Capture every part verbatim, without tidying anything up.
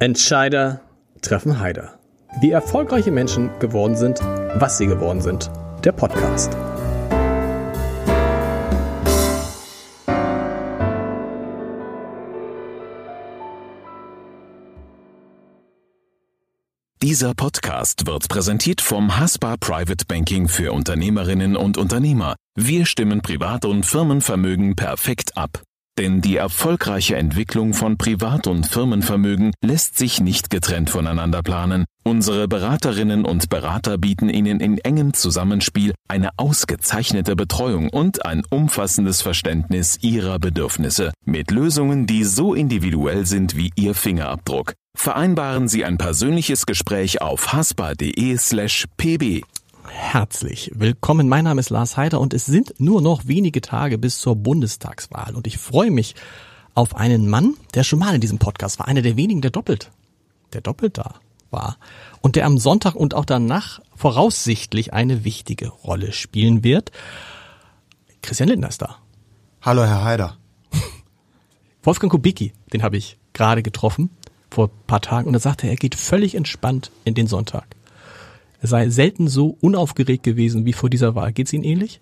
Entscheider treffen Heider. Wie erfolgreiche Menschen geworden sind, was sie geworden sind. Der Podcast. Dieser Podcast wird präsentiert vom Haspa Private Banking für Unternehmerinnen und Unternehmer. Wir stimmen Privat- und Firmenvermögen perfekt ab. Denn die erfolgreiche Entwicklung von Privat- und Firmenvermögen lässt sich nicht getrennt voneinander planen. Unsere Beraterinnen und Berater bieten Ihnen in engem Zusammenspiel eine ausgezeichnete Betreuung und ein umfassendes Verständnis Ihrer Bedürfnisse mit Lösungen, die so individuell sind wie Ihr Fingerabdruck. Vereinbaren Sie ein persönliches Gespräch auf haspa.de slash pb. Herzlich willkommen, mein Name ist Lars Heider und es sind nur noch wenige Tage bis zur Bundestagswahl und ich freue mich auf einen Mann, der schon mal in diesem Podcast war, einer der wenigen, der doppelt, der doppelt da war und der am Sonntag und auch danach voraussichtlich eine wichtige Rolle spielen wird. Christian Lindner ist da. Hallo Herr Heider. Wolfgang Kubicki, den habe ich gerade getroffen vor ein paar Tagen und er sagte, er geht völlig entspannt in den Sonntag. Er sei selten so unaufgeregt gewesen wie vor dieser Wahl. Geht's Ihnen ähnlich?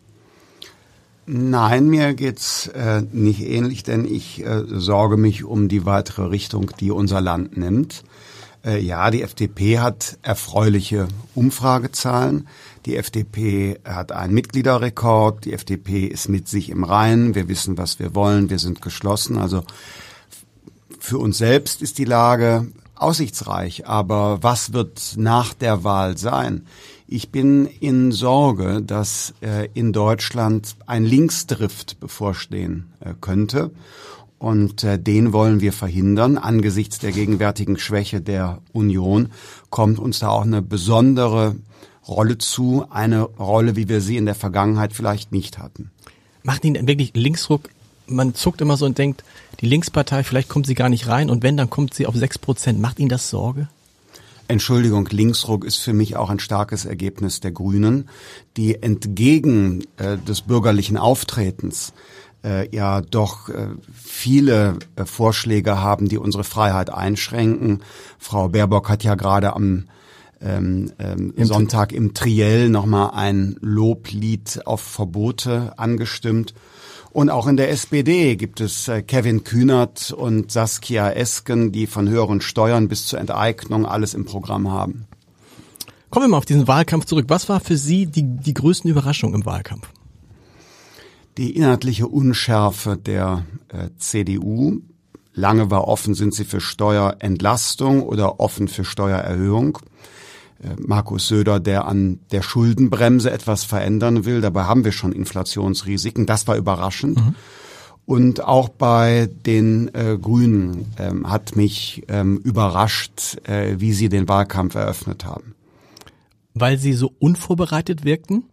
Nein, mir geht's äh, nicht ähnlich, denn ich äh, sorge mich um die weitere Richtung, die unser Land nimmt. Äh, ja, die F D P hat erfreuliche Umfragezahlen. Die F D P hat einen Mitgliederrekord. Die F D P ist mit sich im Reinen. Wir wissen, was wir wollen. Wir sind geschlossen. Also für uns selbst ist die Lage aussichtsreich, aber was wird nach der Wahl sein? Ich bin in Sorge, dass äh, in Deutschland ein Linksdrift bevorstehen äh, könnte und äh, den wollen wir verhindern. Angesichts der gegenwärtigen Schwäche der Union kommt uns da auch eine besondere Rolle zu, eine Rolle, wie wir sie in der Vergangenheit vielleicht nicht hatten. Macht Ihnen wirklich Linksruck? Man zuckt immer so und denkt, die Linkspartei, vielleicht kommt sie gar nicht rein und wenn, dann kommt sie auf sechs Prozent. Macht Ihnen das Sorge? Entschuldigung, Linksruck ist für mich auch ein starkes Ergebnis der Grünen, die entgegen äh, des bürgerlichen Auftretens äh, ja doch äh, viele äh, Vorschläge haben, die unsere Freiheit einschränken. Frau Baerbock hat ja gerade am ähm, ähm, Im Sonntag im Triell nochmal ein Loblied auf Verbote angestimmt. Und auch in der S P D gibt es Kevin Kühnert und Saskia Esken, die von höheren Steuern bis zur Enteignung alles im Programm haben. Kommen wir mal auf diesen Wahlkampf zurück. Was war für Sie die, die größten Überraschungen im Wahlkampf? Die inhaltliche Unschärfe der äh, C D U. Lange war offen, sind sie für Steuerentlastung oder offen für Steuererhöhung. Markus Söder, der an der Schuldenbremse etwas verändern will. Dabei haben wir schon Inflationsrisiken. Das war überraschend. Mhm. Und auch bei den äh, Grünen ähm, hat mich ähm, überrascht, äh, wie sie den Wahlkampf eröffnet haben. Weil sie so unvorbereitet wirkten?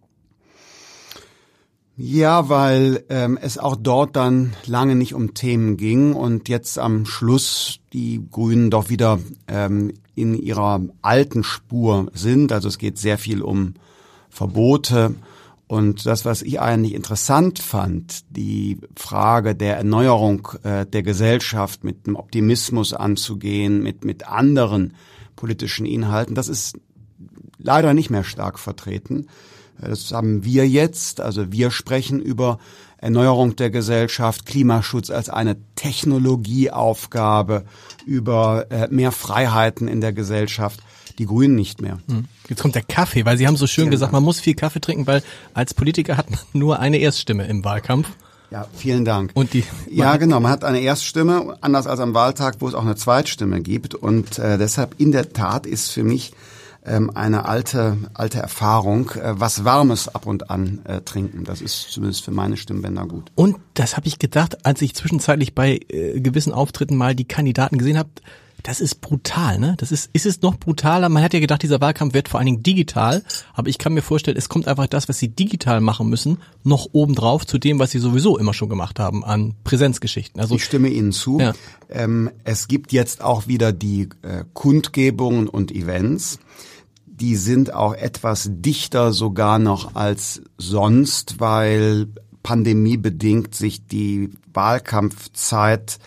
Ja, weil ähm, es auch dort dann lange nicht um Themen ging und jetzt am Schluss die Grünen doch wieder ähm, in ihrer alten Spur sind. Also es geht sehr viel um Verbote und das, was ich eigentlich interessant fand, die Frage der Erneuerung äh, der Gesellschaft mit einem Optimismus anzugehen, mit mit anderen politischen Inhalten, das ist leider nicht mehr stark vertreten. Das haben wir jetzt, also wir sprechen über Erneuerung der Gesellschaft, Klimaschutz als eine Technologieaufgabe, über äh, mehr Freiheiten in der Gesellschaft. Die Grünen nicht mehr. Jetzt kommt der Kaffee, weil Sie haben so schön vielen gesagt, Dank. Man muss viel Kaffee trinken, weil als Politiker hat man nur eine Erststimme im Wahlkampf. Ja, vielen Dank. Und die ja, genau, man hat eine Erststimme, anders als am Wahltag, wo es auch eine Zweitstimme gibt. Und äh, deshalb in der Tat ist für mich ähm, eine alte alte Erfahrung, äh, was Warmes ab und an äh, trinken. Das ist zumindest für meine Stimmbänder gut. Und das habe ich gedacht, als ich zwischenzeitlich bei äh, gewissen Auftritten mal die Kandidaten gesehen habe, das ist brutal, ne? Das ist, ist es noch brutaler? Man hat ja gedacht, dieser Wahlkampf wird vor allen Dingen digital, aber ich kann mir vorstellen, es kommt einfach das, was sie digital machen müssen, noch obendrauf zu dem, was sie sowieso immer schon gemacht haben an Präsenzgeschichten. Also ich stimme Ihnen zu. Ja. Ähm, es gibt jetzt auch wieder die äh, Kundgebungen und Events. Die sind auch etwas dichter sogar noch als sonst, weil pandemiebedingt sich die Wahlkampfzeit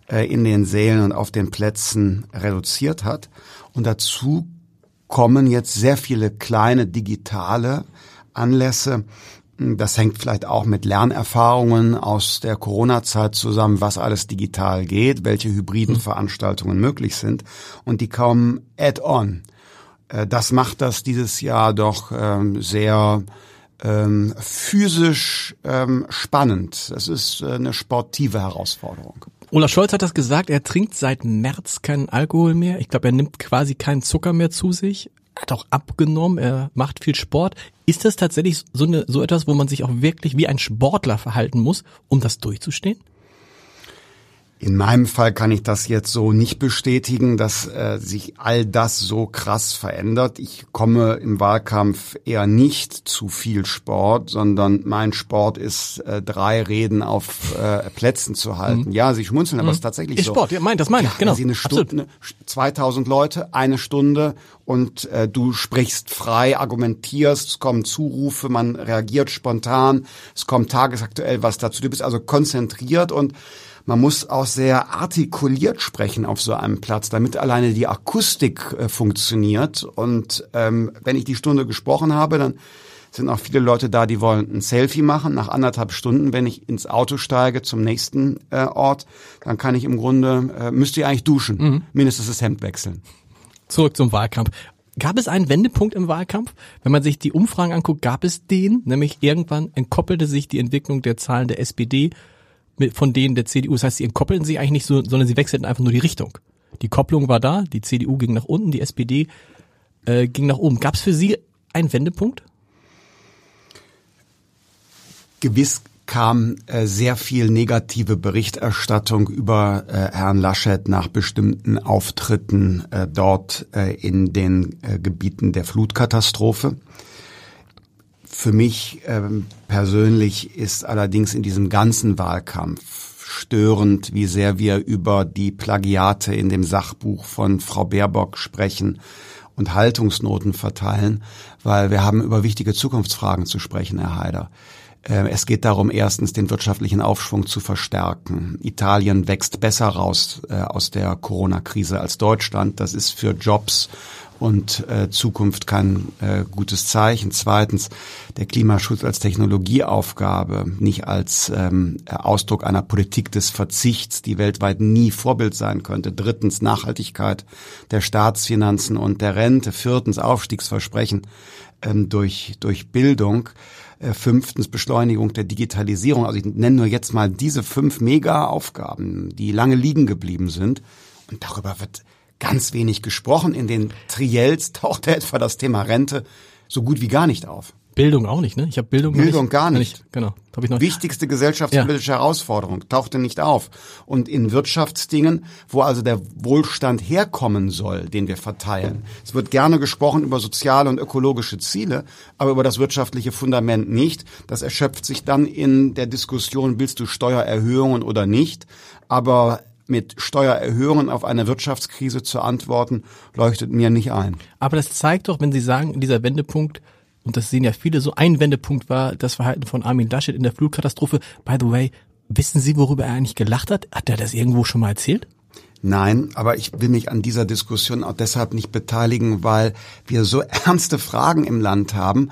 äh, in den Sälen und auf den Plätzen reduziert hat. Und dazu kommen jetzt sehr viele kleine digitale Anlässe. Das hängt vielleicht auch mit Lernerfahrungen aus der Corona-Zeit zusammen, was alles digital geht, welche hybriden Veranstaltungen möglich sind. Und die kommen add-on. Das macht das dieses Jahr doch ähm, sehr ähm, physisch ähm, spannend. Das ist äh, eine sportive Herausforderung. Olaf Scholz hat das gesagt, er trinkt seit März keinen Alkohol mehr. Ich glaube, er nimmt quasi keinen Zucker mehr zu sich. Er hat auch abgenommen, er macht viel Sport. Ist das tatsächlich so eine so etwas, wo man sich auch wirklich wie ein Sportler verhalten muss, um das durchzustehen? In meinem Fall kann ich das jetzt so nicht bestätigen, dass äh, sich all das so krass verändert. Ich komme im Wahlkampf eher nicht zu viel Sport, sondern mein Sport ist, äh, drei Reden auf äh, Plätzen zu halten. Mhm. Ja, Sie schmunzeln, aber es mhm. ist tatsächlich ist so. Sport, ja, mein, das meine ich, ja, genau. Sie eine Stunde, zweitausend Leute, eine Stunde und äh, du sprichst frei, argumentierst, es kommen Zurufe, man reagiert spontan, es kommt tagesaktuell was dazu. Du bist also konzentriert und man muss auch sehr artikuliert sprechen auf so einem Platz, damit alleine die Akustik äh, funktioniert. Und ähm, wenn ich die Stunde gesprochen habe, dann sind auch viele Leute da, die wollen ein Selfie machen. Nach anderthalb Stunden, wenn ich ins Auto steige zum nächsten äh, Ort, dann kann ich im Grunde, äh, müsste ich eigentlich duschen, mhm. mindestens das Hemd wechseln. Zurück zum Wahlkampf. Gab es einen Wendepunkt im Wahlkampf? Wenn man sich die Umfragen anguckt, gab es den, nämlich irgendwann entkoppelte sich die Entwicklung der Zahlen der S P D mit, von denen der C D U. Das heißt, sie entkoppelten sich eigentlich nicht so, sondern sie wechselten einfach nur die Richtung. Die Kopplung war da, die C D U ging nach unten, die S P D äh, ging nach oben. Gab es für Sie einen Wendepunkt? Gewiss kam äh, sehr viel negative Berichterstattung über äh, Herrn Laschet nach bestimmten Auftritten äh, dort äh, in den äh, Gebieten der Flutkatastrophe. Für mich ähm, persönlich ist allerdings in diesem ganzen Wahlkampf störend, wie sehr wir über die Plagiate in dem Sachbuch von Frau Baerbock sprechen und Haltungsnoten verteilen, weil wir haben über wichtige Zukunftsfragen zu sprechen, Herr Haider. Es geht darum, erstens den wirtschaftlichen Aufschwung zu verstärken. Italien wächst besser raus äh, aus der Corona-Krise als Deutschland. Das ist für Jobs und äh, Zukunft kein äh, gutes Zeichen. Zweitens, der Klimaschutz als Technologieaufgabe, nicht als ähm, Ausdruck einer Politik des Verzichts, die weltweit nie Vorbild sein könnte. Drittens, Nachhaltigkeit der Staatsfinanzen und der Rente. Viertens, Aufstiegsversprechen ähm, durch durch Bildung. Fünftens, Beschleunigung der Digitalisierung. Also ich nenne nur jetzt mal diese fünf Mega-Aufgaben, die lange liegen geblieben sind. Und darüber wird ganz wenig gesprochen. In den Triels taucht etwa das Thema Rente so gut wie gar nicht auf. Bildung auch nicht, ne? Ich habe Bildung, Bildung nicht, gar nicht. nicht. Genau, habe ich noch. Wichtigste gesellschaftspolitische ja. Herausforderung tauchte nicht auf. Und in Wirtschaftsdingen, wo also der Wohlstand herkommen soll, den wir verteilen. Es wird gerne gesprochen über soziale und ökologische Ziele, aber über das wirtschaftliche Fundament nicht. Das erschöpft sich dann in der Diskussion, willst du Steuererhöhungen oder nicht? Aber mit Steuererhöhungen auf eine Wirtschaftskrise zu antworten, leuchtet mir nicht ein. Aber das zeigt doch, wenn Sie sagen, dieser Wendepunkt, und das sehen ja viele so, ein Wendepunkt war das Verhalten von Armin Laschet in der Flutkatastrophe. By the way, wissen Sie, worüber er eigentlich gelacht hat? Hat er das irgendwo schon mal erzählt? Nein, aber ich will mich an dieser Diskussion auch deshalb nicht beteiligen, weil wir so ernste Fragen im Land haben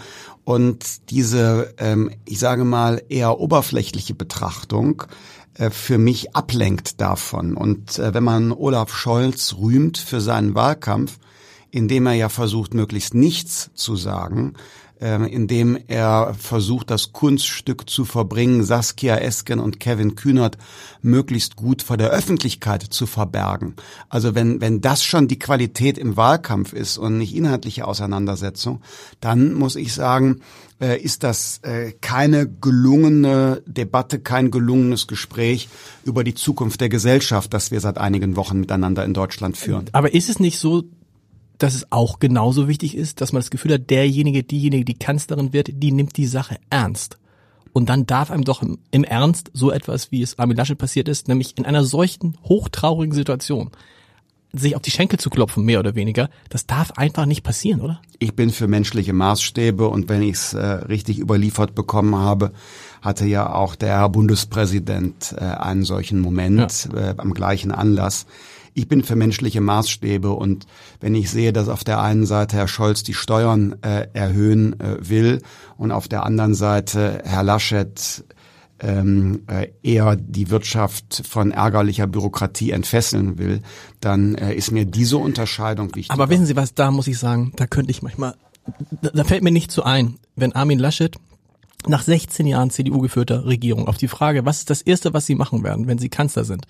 und diese, ähm, ich sage mal, eher oberflächliche Betrachtung äh, für mich ablenkt davon. Und äh, wenn man Olaf Scholz rühmt für seinen Wahlkampf, indem er ja versucht, möglichst nichts zu sagen, äh, indem er versucht, das Kunststück zu verbringen, Saskia Esken und Kevin Kühnert möglichst gut vor der Öffentlichkeit zu verbergen. Also wenn wenn das schon die Qualität im Wahlkampf ist und nicht inhaltliche Auseinandersetzung, dann muss ich sagen, äh, ist das äh, keine gelungene Debatte, kein gelungenes Gespräch über die Zukunft der Gesellschaft, das wir seit einigen Wochen miteinander in Deutschland führen. Aber ist es nicht so, dass es auch genauso wichtig ist, dass man das Gefühl hat, derjenige, diejenige, die Kanzlerin wird, die nimmt die Sache ernst. Und dann darf einem doch im, im Ernst so etwas, wie es Armin Laschet passiert ist, nämlich in einer solchen hochtraurigen Situation, sich auf die Schenkel zu klopfen, mehr oder weniger. Das darf einfach nicht passieren, oder? Ich bin für menschliche Maßstäbe und wenn ich es äh, richtig überliefert bekommen habe, hatte ja auch der Herr Bundespräsident äh, einen solchen Moment ja. äh, am gleichen Anlass. Ich bin für menschliche Maßstäbe und wenn ich sehe, dass auf der einen Seite Herr Scholz die Steuern äh, erhöhen äh, will und auf der anderen Seite Herr Laschet ähm, äh, eher die Wirtschaft von ärgerlicher Bürokratie entfesseln will, dann äh, ist mir diese Unterscheidung wichtig. Aber wissen Sie was, da muss ich sagen, da könnte ich manchmal, da, da fällt mir nicht so ein, wenn Armin Laschet nach sechzehn Jahren C D U-geführter Regierung auf die Frage, was ist das Erste, was Sie machen werden, wenn Sie Kanzler sind,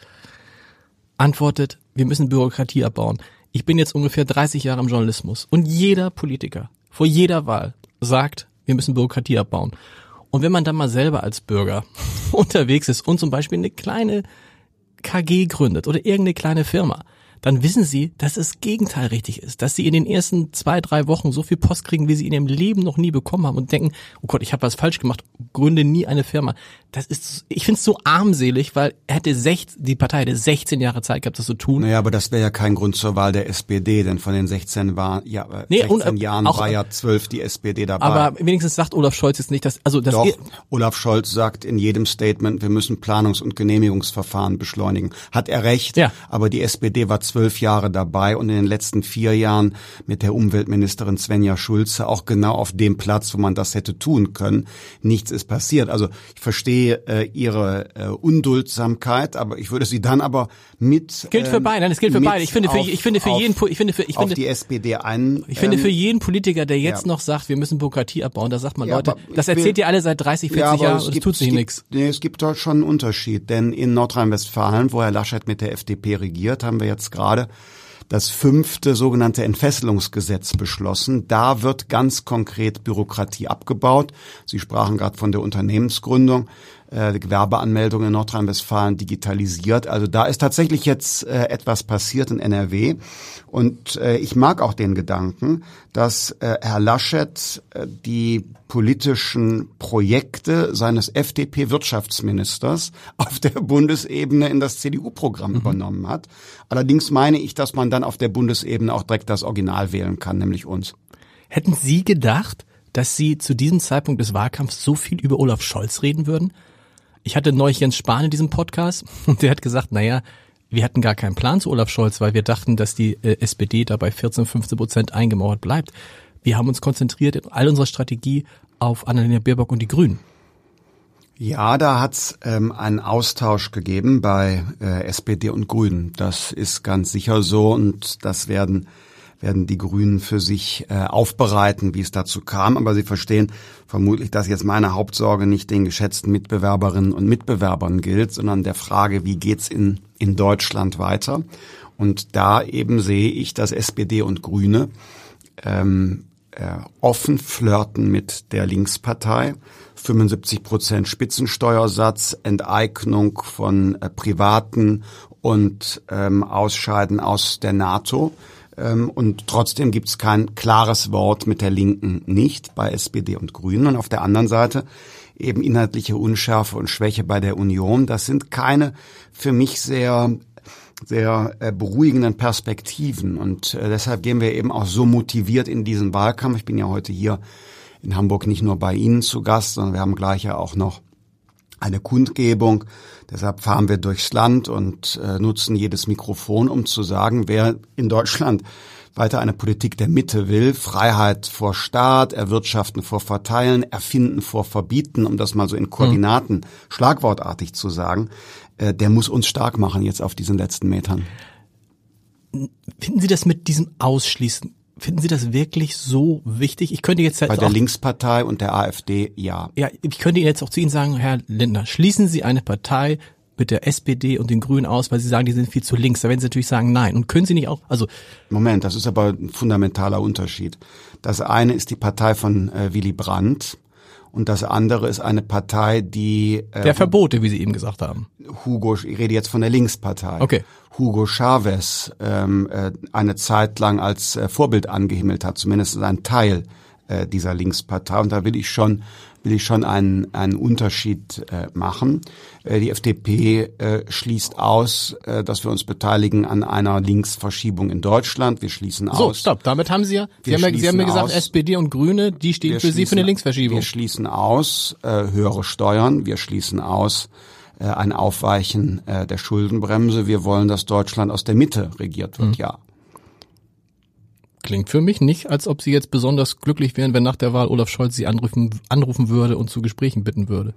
antwortet, wir müssen Bürokratie abbauen. Ich bin jetzt ungefähr dreißig Jahre im Journalismus und jeder Politiker vor jeder Wahl sagt, wir müssen Bürokratie abbauen. Und wenn man dann mal selber als Bürger unterwegs ist und zum Beispiel eine kleine K G gründet oder irgendeine kleine Firma, dann wissen Sie, dass das Gegenteil richtig ist, dass Sie in den ersten zwei, drei Wochen so viel Post kriegen, wie Sie in Ihrem Leben noch nie bekommen haben und denken, oh Gott, ich habe was falsch gemacht, gründe nie eine Firma. Das ist, ich finde es so armselig, weil er hätte sechzehn, die Partei hätte sechzehn Jahre Zeit gehabt, das zu tun. Naja, aber das wäre ja kein Grund zur Wahl der S P D, denn von den sechzehn, war, ja, nee, sechzehn und, äh, Jahren auch, war ja zwölf die S P D dabei. Aber wenigstens sagt Olaf Scholz jetzt nicht, dass, also das Doch, Olaf Scholz sagt in jedem Statement, wir müssen Planungs- und Genehmigungsverfahren beschleunigen. Hat er recht, ja. Aber die S P D war zwölf Jahre dabei. Und in den letzten vier Jahren mit der Umweltministerin Svenja Schulze auch genau auf dem Platz, wo man das hätte tun können. Nichts ist passiert. Also ich verstehe äh, ihre äh, Unduldsamkeit, aber ich würde sie dann aber mit gilt für beide. Nein, es gilt für beide. Ich finde für auf, ich finde für auf, jeden ich finde für ich auf finde die S P D ein. Ich finde ähm, für jeden Politiker, der jetzt ja. noch sagt, wir müssen Bürokratie abbauen, da sagt man, ja, Leute, das erzählt will, ihr alle seit dreißig, vierzig ja, Jahren und es gibt, tut sich es nichts. Nee, es gibt dort schon einen Unterschied, denn in Nordrhein-Westfalen, wo Herr Laschet mit der F D P regiert, haben wir jetzt gerade das fünfte sogenannte Entfesselungsgesetz beschlossen. Da wird ganz konkret Bürokratie abgebaut. Sie sprachen gerade von der Unternehmensgründung, äh, Gewerbeanmeldung in Nordrhein-Westfalen digitalisiert. Also da ist tatsächlich jetzt äh, etwas passiert in N R W. Und äh, ich mag auch den Gedanken, dass äh, Herr Laschet äh, die politischen Projekte seines F D P-Wirtschaftsministers auf der Bundesebene in das C D U-Programm mhm. übernommen hat. Allerdings meine ich, dass man dann auf der Bundesebene auch direkt das Original wählen kann, nämlich uns. Hätten Sie gedacht, dass Sie zu diesem Zeitpunkt des Wahlkampfs so viel über Olaf Scholz reden würden? Ich hatte neulich Jens Spahn in diesem Podcast und der hat gesagt, naja, wir hatten gar keinen Plan zu Olaf Scholz, weil wir dachten, dass die äh, S P D da bei vierzehn, fünfzehn Prozent eingemauert bleibt. Wir haben uns konzentriert in all unserer Strategie auf Annalena Baerbock und die Grünen. Ja, da hat's ähm, einen Austausch gegeben bei äh, S P D und Grünen. Das ist ganz sicher so und das werden werden die Grünen für sich äh, aufbereiten, wie es dazu kam. Aber Sie verstehen vermutlich, dass jetzt meine Hauptsorge nicht den geschätzten Mitbewerberinnen und Mitbewerbern gilt, sondern der Frage, wie geht's in in Deutschland weiter? Und da eben sehe ich, dass S P D und Grüne ähm, äh, offen flirten mit der Linkspartei. fünfundsiebzig Prozent Spitzensteuersatz, Enteignung von äh, Privaten und ähm, Ausscheiden aus der NATO. Ähm, und trotzdem gibt es kein klares Wort mit der Linken nicht bei S P D und Grünen. Und auf der anderen Seite eben inhaltliche Unschärfe und Schwäche bei der Union. Das sind keine für mich sehr sehr äh, beruhigenden Perspektiven. Und äh, deshalb gehen wir eben auch so motiviert in diesen Wahlkampf. Ich bin ja heute hier in Hamburg nicht nur bei Ihnen zu Gast, sondern wir haben gleich ja auch noch eine Kundgebung. Deshalb fahren wir durchs Land und äh, nutzen jedes Mikrofon, um zu sagen, wer in Deutschland weiter eine Politik der Mitte will, Freiheit vor Staat, Erwirtschaften vor Verteilen, Erfinden vor Verbieten, um das mal so in Koordinaten mhm. schlagwortartig zu sagen, äh, der muss uns stark machen jetzt auf diesen letzten Metern. Finden Sie das mit diesem Ausschließen? Finden Sie das wirklich so wichtig? Ich könnte jetzt, jetzt bei der auch, Linkspartei und der AfD ja. Ja, ich könnte jetzt auch zu Ihnen sagen, Herr Lindner, schließen Sie eine Partei mit der S P D und den Grünen aus, weil Sie sagen, die sind viel zu links. Da werden Sie natürlich sagen, nein. Und können Sie nicht auch, also. Moment, das ist aber ein fundamentaler Unterschied. Das eine ist die Partei von äh, Willy Brandt und das andere ist eine Partei, die äh, der Verbote, wie Sie eben gesagt haben. Hugo, ich rede jetzt von der Linkspartei. Okay. Hugo Chavez ähm, äh, eine Zeit lang als äh, Vorbild angehimmelt hat, zumindest ein Teil äh, dieser Linkspartei. Und da will ich schon will ich schon einen, einen Unterschied äh, machen. Äh, die F D P äh, schließt aus, äh, dass wir uns beteiligen an einer Linksverschiebung in Deutschland. Wir schließen aus. So, stopp. Damit haben Sie ja, Sie haben ja, Sie haben ja gesagt, aus, S P D und Grüne, die stehen für Sie für eine Linksverschiebung. Wir schließen aus äh, höhere Steuern. Wir schließen aus äh, ein Aufweichen äh, der Schuldenbremse. Wir wollen, dass Deutschland aus der Mitte regiert wird, mhm. ja. Klingt für mich nicht, als ob Sie jetzt besonders glücklich wären, wenn nach der Wahl Olaf Scholz Sie anrufen, anrufen würde und zu Gesprächen bitten würde.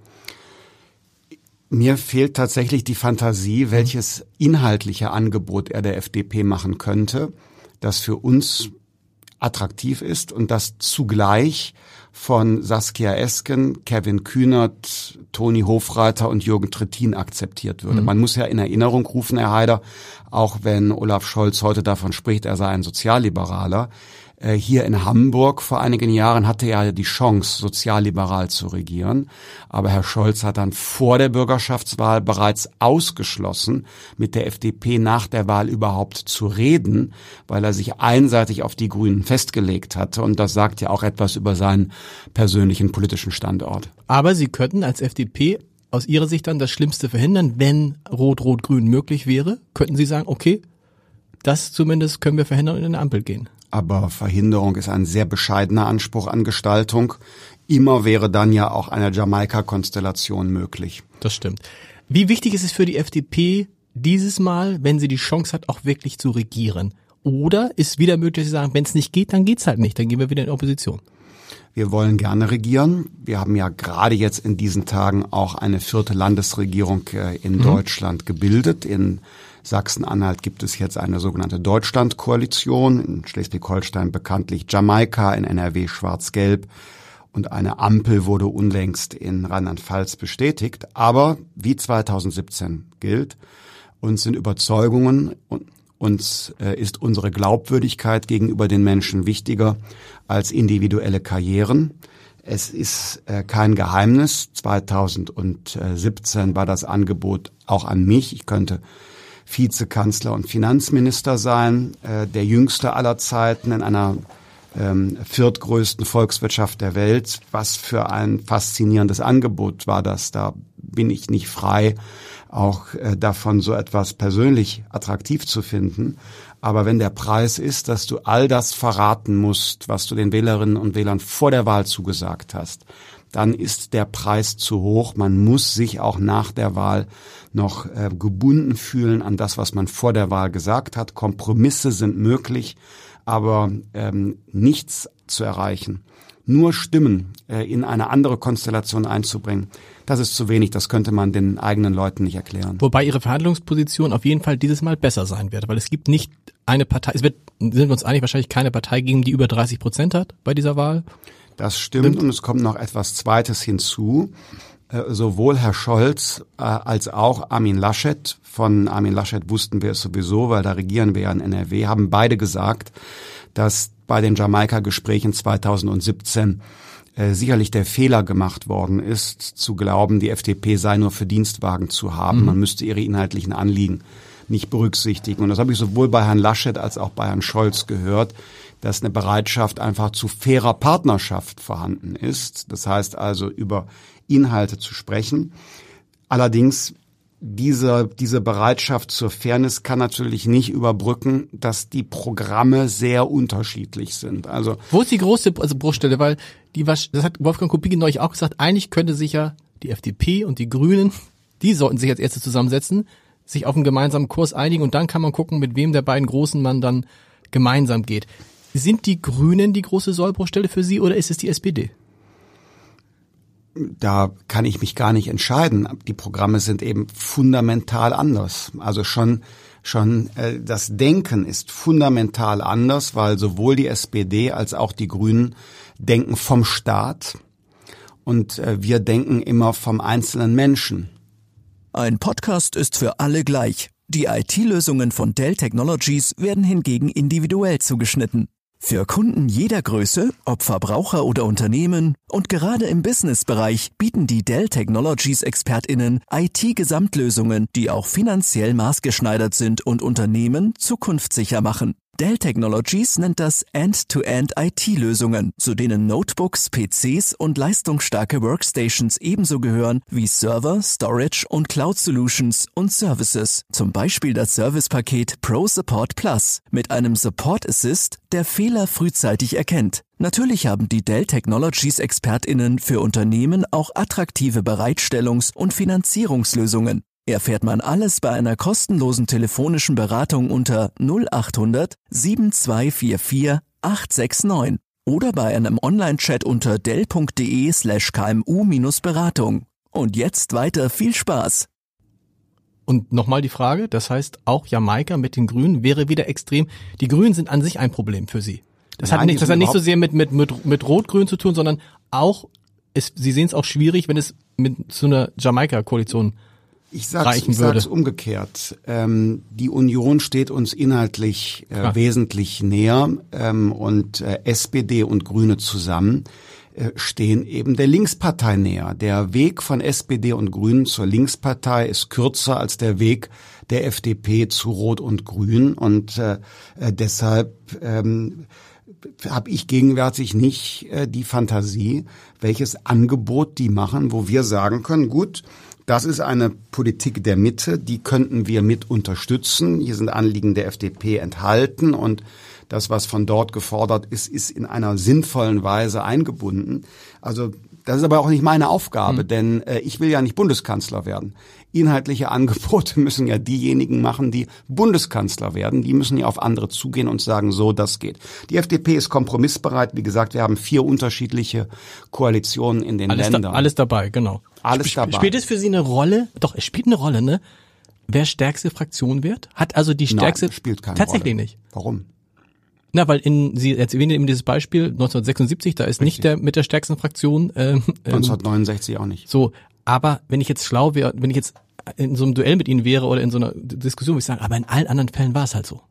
Mir fehlt tatsächlich die Fantasie, welches inhaltliche Angebot er der F D P machen könnte, das für uns attraktiv ist und das zugleich von Saskia Esken, Kevin Kühnert, Toni Hofreiter und Jürgen Trittin akzeptiert würde. Mhm. Man muss ja in Erinnerung rufen, Herr Haider, auch wenn Olaf Scholz heute davon spricht, er sei ein Sozialliberaler. Hier in Hamburg vor einigen Jahren hatte er die Chance, sozialliberal zu regieren. Aber Herr Scholz hat dann vor der Bürgerschaftswahl bereits ausgeschlossen, mit der F D P nach der Wahl überhaupt zu reden, weil er sich einseitig auf die Grünen festgelegt hatte. Und das sagt ja auch etwas über seinen persönlichen politischen Standort. Aber Sie könnten als F D P aus Ihrer Sicht dann das Schlimmste verhindern, wenn Rot-Rot-Grün möglich wäre? Könnten Sie sagen, okay, das zumindest können wir verhindern und in eine Ampel gehen? Aber Verhinderung ist ein sehr bescheidener Anspruch an Gestaltung. Immer wäre dann ja auch eine Jamaika-Konstellation möglich. Das stimmt. Wie wichtig ist es für die F D P dieses Mal, wenn sie die Chance hat, auch wirklich zu regieren? Oder ist wieder möglich, dass sie sagen, wenn es nicht geht, dann geht's halt nicht, dann gehen wir wieder in Opposition? Wir wollen gerne regieren. Wir haben ja gerade jetzt in diesen Tagen auch eine vierte Landesregierung in mhm. Deutschland gebildet. In Sachsen-Anhalt gibt es jetzt eine sogenannte Deutschland-Koalition, in Schleswig-Holstein bekanntlich Jamaika, in N R W Schwarz-Gelb und eine Ampel wurde unlängst in Rheinland-Pfalz bestätigt. Aber wie zweitausendsiebzehn gilt, uns sind Überzeugungen und uns äh, ist unsere Glaubwürdigkeit gegenüber den Menschen wichtiger als individuelle Karrieren. Es ist äh, kein Geheimnis, zweitausendsiebzehn war das Angebot auch an mich. Ich könnte Vizekanzler und Finanzminister sein, äh, der jüngste aller Zeiten in einer ähm, viertgrößten Volkswirtschaft der Welt. Was für ein faszinierendes Angebot war das. Da bin ich nicht frei, auch äh, davon so etwas persönlich attraktiv zu finden. Aber wenn der Preis ist, dass du all das verraten musst, was du den Wählerinnen und Wählern vor der Wahl zugesagt hast, dann ist der Preis zu hoch. Man muss sich auch nach der Wahl noch äh, gebunden fühlen an das, was man vor der Wahl gesagt hat. Kompromisse sind möglich, aber ähm, nichts zu erreichen. Nur Stimmen äh, in eine andere Konstellation einzubringen, das ist zu wenig. Das könnte man den eigenen Leuten nicht erklären. Wobei Ihre Verhandlungsposition auf jeden Fall dieses Mal besser sein wird, weil es gibt nicht eine Partei, es wird, sind wir uns einig, wahrscheinlich keine Partei geben, die über dreißig Prozent hat bei dieser Wahl. Das stimmt und es kommt noch etwas Zweites hinzu. Äh, sowohl Herr Scholz äh, als auch Armin Laschet, von Armin Laschet wussten wir es sowieso, weil da regieren wir ja in N R W, haben beide gesagt, dass bei den Jamaika-Gesprächen zweitausendsiebzehn äh, sicherlich der Fehler gemacht worden ist, zu glauben, die F D P sei nur für Dienstwagen zu haben. Mhm. Man müsste ihre inhaltlichen Anliegen nicht berücksichtigen. Und das habe ich sowohl bei Herrn Laschet als auch bei Herrn Scholz gehört, dass eine Bereitschaft einfach zu fairer Partnerschaft vorhanden ist. Das heißt also, über Inhalte zu sprechen. Allerdings, diese, diese Bereitschaft zur Fairness kann natürlich nicht überbrücken, dass die Programme sehr unterschiedlich sind. Also wo ist die große also Bruchstelle? Weil die, das hat Wolfgang Kubicki neulich auch gesagt, eigentlich könnte sich ja die F D P und die Grünen, die sollten sich als Erste zusammensetzen, sich auf einen gemeinsamen Kurs einigen und dann kann man gucken, mit wem der beiden Großen man dann gemeinsam geht. Sind die Grünen die große Sollbruchstelle für Sie oder ist es die S P D? Da kann ich mich gar nicht entscheiden. Die Programme sind eben fundamental anders. Also schon schon äh, das Denken ist fundamental anders, weil sowohl die S P D als auch die Grünen denken vom Staat und äh, wir denken immer vom einzelnen Menschen. Ein Podcast ist für alle gleich. Die I T-Lösungen von Dell Technologies werden hingegen individuell zugeschnitten. Für Kunden jeder Größe, ob Verbraucher oder Unternehmen und gerade im Businessbereich bieten die Dell Technologies ExpertInnen I T-Gesamtlösungen, die auch finanziell maßgeschneidert sind und Unternehmen zukunftssicher machen. Dell Technologies nennt das End-to-End-I T-Lösungen, zu denen Notebooks, P Cs und leistungsstarke Workstations ebenso gehören wie Server, Storage und Cloud Solutions und Services. Zum Beispiel das Servicepaket Pro Support Plus mit einem Support Assist, der Fehler frühzeitig erkennt. Natürlich haben die Dell Technologies ExpertInnen für Unternehmen auch attraktive Bereitstellungs- und Finanzierungslösungen. Erfährt man alles bei einer kostenlosen telefonischen Beratung unter null acht hundert sieben zwei vier vier acht sechs neun oder bei einem Online-Chat unter dell.de slash kmu-beratung. Und jetzt weiter viel Spaß! Und nochmal die Frage, das heißt auch Jamaika mit den Grünen wäre wieder extrem, die Grünen sind an sich ein Problem für Sie. Das Nein, hat nicht, das hat nicht so überhaupt- sehr mit, mit, mit, mit Rot-Grün zu tun, sondern auch, es, Sie sehen es auch schwierig, wenn es mit zu einer Jamaika-Koalition Ich sag's, reichen ich sag's würde. umgekehrt. Ähm, die Union steht uns inhaltlich äh, Klar. wesentlich näher ähm, und äh, S P D und Grüne zusammen äh, stehen eben der Linkspartei näher. Der Weg von S P D und Grünen zur Linkspartei ist kürzer als der Weg der F D P zu Rot und Grün und äh, äh, deshalb ähm, habe ich gegenwärtig nicht äh, die Fantasie, welches Angebot die machen, wo wir sagen können, gut, das ist eine Politik der Mitte, die könnten wir mit unterstützen. Hier sind Anliegen der F D P enthalten und das, was von dort gefordert ist, ist in einer sinnvollen Weise eingebunden. Also das ist aber auch nicht meine Aufgabe, mhm. denn äh, ich will ja nicht Bundeskanzler werden. Inhaltliche Angebote müssen ja diejenigen machen, die Bundeskanzler werden. Die müssen ja auf andere zugehen und sagen, so, das geht. Die F D P ist kompromissbereit. Wie gesagt, wir haben vier unterschiedliche Koalitionen in den alles, Ländern. da, alles dabei, genau. Alles Sp dabei. Spielt es für Sie eine Rolle? Doch, es spielt eine Rolle, ne? Wer stärkste Fraktion wird? Hat also die stärkste... Nein, spielt keine Tatsächlich Rolle. nicht. Warum? Na, weil in, Sie erwähnen eben dieses Beispiel neunzehnhundertsechsundsiebzig, da ist Richtig. nicht der mit der stärksten Fraktion. Ähm, neunzehnhundertneunundsechzig auch nicht. So, aber wenn ich jetzt schlau wäre, wenn ich jetzt in so einem Duell mit Ihnen wäre oder in so einer Diskussion, würde ich sagen, aber in allen anderen Fällen war es halt so.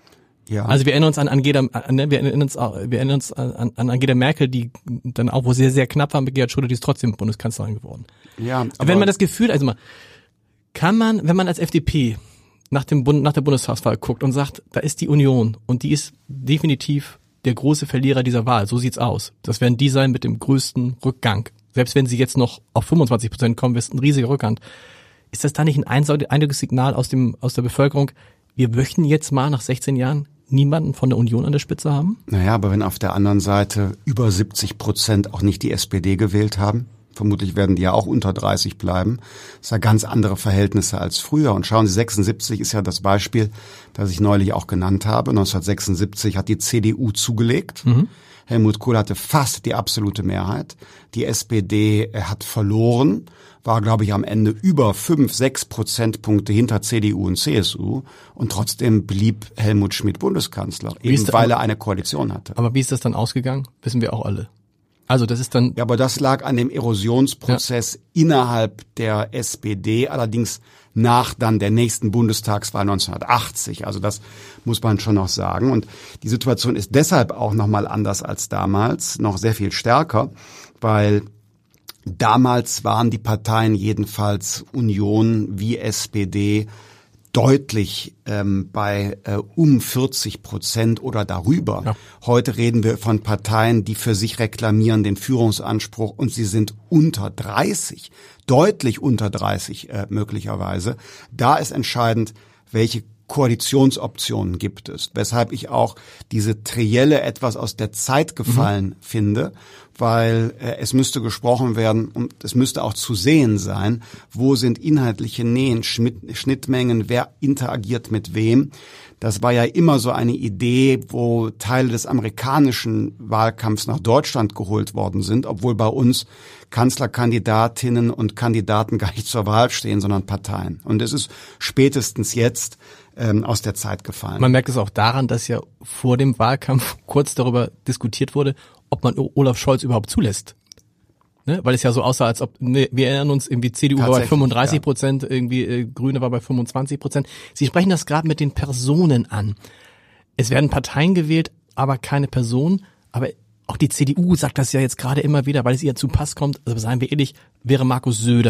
Ja. Also wir erinnern uns an Angela, an, wir erinnern uns, auch- wir erinnern uns an, an Angela Merkel, die dann auch, wo sehr, sehr knapp war mit Gerhard Schröder, die ist trotzdem Bundeskanzlerin geworden. ja, aber Wenn man das Gefühl, also mal, kann man, wenn man als F D P nach dem Bund, nach der Bundestagswahl guckt und sagt, da ist die Union und die ist definitiv der große Verlierer dieser Wahl, so sieht's aus. Das werden die sein mit dem größten Rückgang. Selbst wenn sie jetzt noch auf fünfundzwanzig Prozent kommen, ist ein riesiger Rückgang. Ist das da nicht ein eindeutiges Signal aus dem, aus der Bevölkerung? Wir möchten jetzt mal nach sechzehn Jahren niemanden von der Union an der Spitze haben? Naja, aber wenn auf der anderen Seite über siebzig Prozent auch nicht die S P D gewählt haben, vermutlich werden die ja auch unter dreißig bleiben, das sind ja ganz andere Verhältnisse als früher. Und schauen Sie, sechsundsiebzig ist ja das Beispiel, das ich neulich auch genannt habe. neunzehnhundertsechsundsiebzig hat die C D U zugelegt. Mhm. Helmut Kohl hatte fast die absolute Mehrheit. Die S P D hat verloren, war, glaube ich, am Ende über fünf, sechs Prozentpunkte hinter C D U und C S U. Und trotzdem blieb Helmut Schmidt Bundeskanzler, Wie ist eben der- weil er eine Koalition hatte. Aber wie ist das dann ausgegangen? Wissen wir auch alle. Also das ist dann, Ja, aber das lag an dem Erosionsprozess innerhalb der S P D, allerdings nach dann der nächsten Bundestagswahl neunzehnhundertachtzig. Also das muss man schon noch sagen. Und die Situation ist deshalb auch nochmal anders als damals, noch sehr viel stärker, weil damals waren die Parteien, jedenfalls Union wie S P D, deutlich ähm, bei äh, um vierzig Prozent oder darüber. Ja. Heute reden wir von Parteien, die für sich reklamieren den Führungsanspruch und sie sind unter dreißig, deutlich unter dreißig äh, möglicherweise. Da ist entscheidend, welche Koalitionsoptionen gibt es, weshalb ich auch diese Trielle etwas aus der Zeit gefallen mhm. finde, weil äh, es müsste gesprochen werden und es müsste auch zu sehen sein, wo sind inhaltliche Nähen, Schnitt, Schnittmengen, wer interagiert mit wem. Das war ja immer so eine Idee, wo Teile des amerikanischen Wahlkampfs nach Deutschland geholt worden sind, obwohl bei uns Kanzlerkandidatinnen und Kandidaten gar nicht zur Wahl stehen, sondern Parteien. Und es ist spätestens jetzt ähm, aus der Zeit gefallen. man merkt es auch daran, dass ja vor dem Wahlkampf kurz darüber diskutiert wurde, ob man Olaf Scholz überhaupt zulässt. Ne? Weil es ja so aussah, als ob, ne, wir erinnern uns, irgendwie C D U war bei fünfunddreißig Prozent, ja. irgendwie äh, Grüne war bei fünfundzwanzig Prozent. Sie sprechen das gerade mit den Personen an. Es werden Parteien gewählt, aber keine Personen. Aber auch die C D U sagt das ja jetzt gerade immer wieder, weil es ihr zu Pass kommt. Also seien wir ehrlich, wäre Markus Söder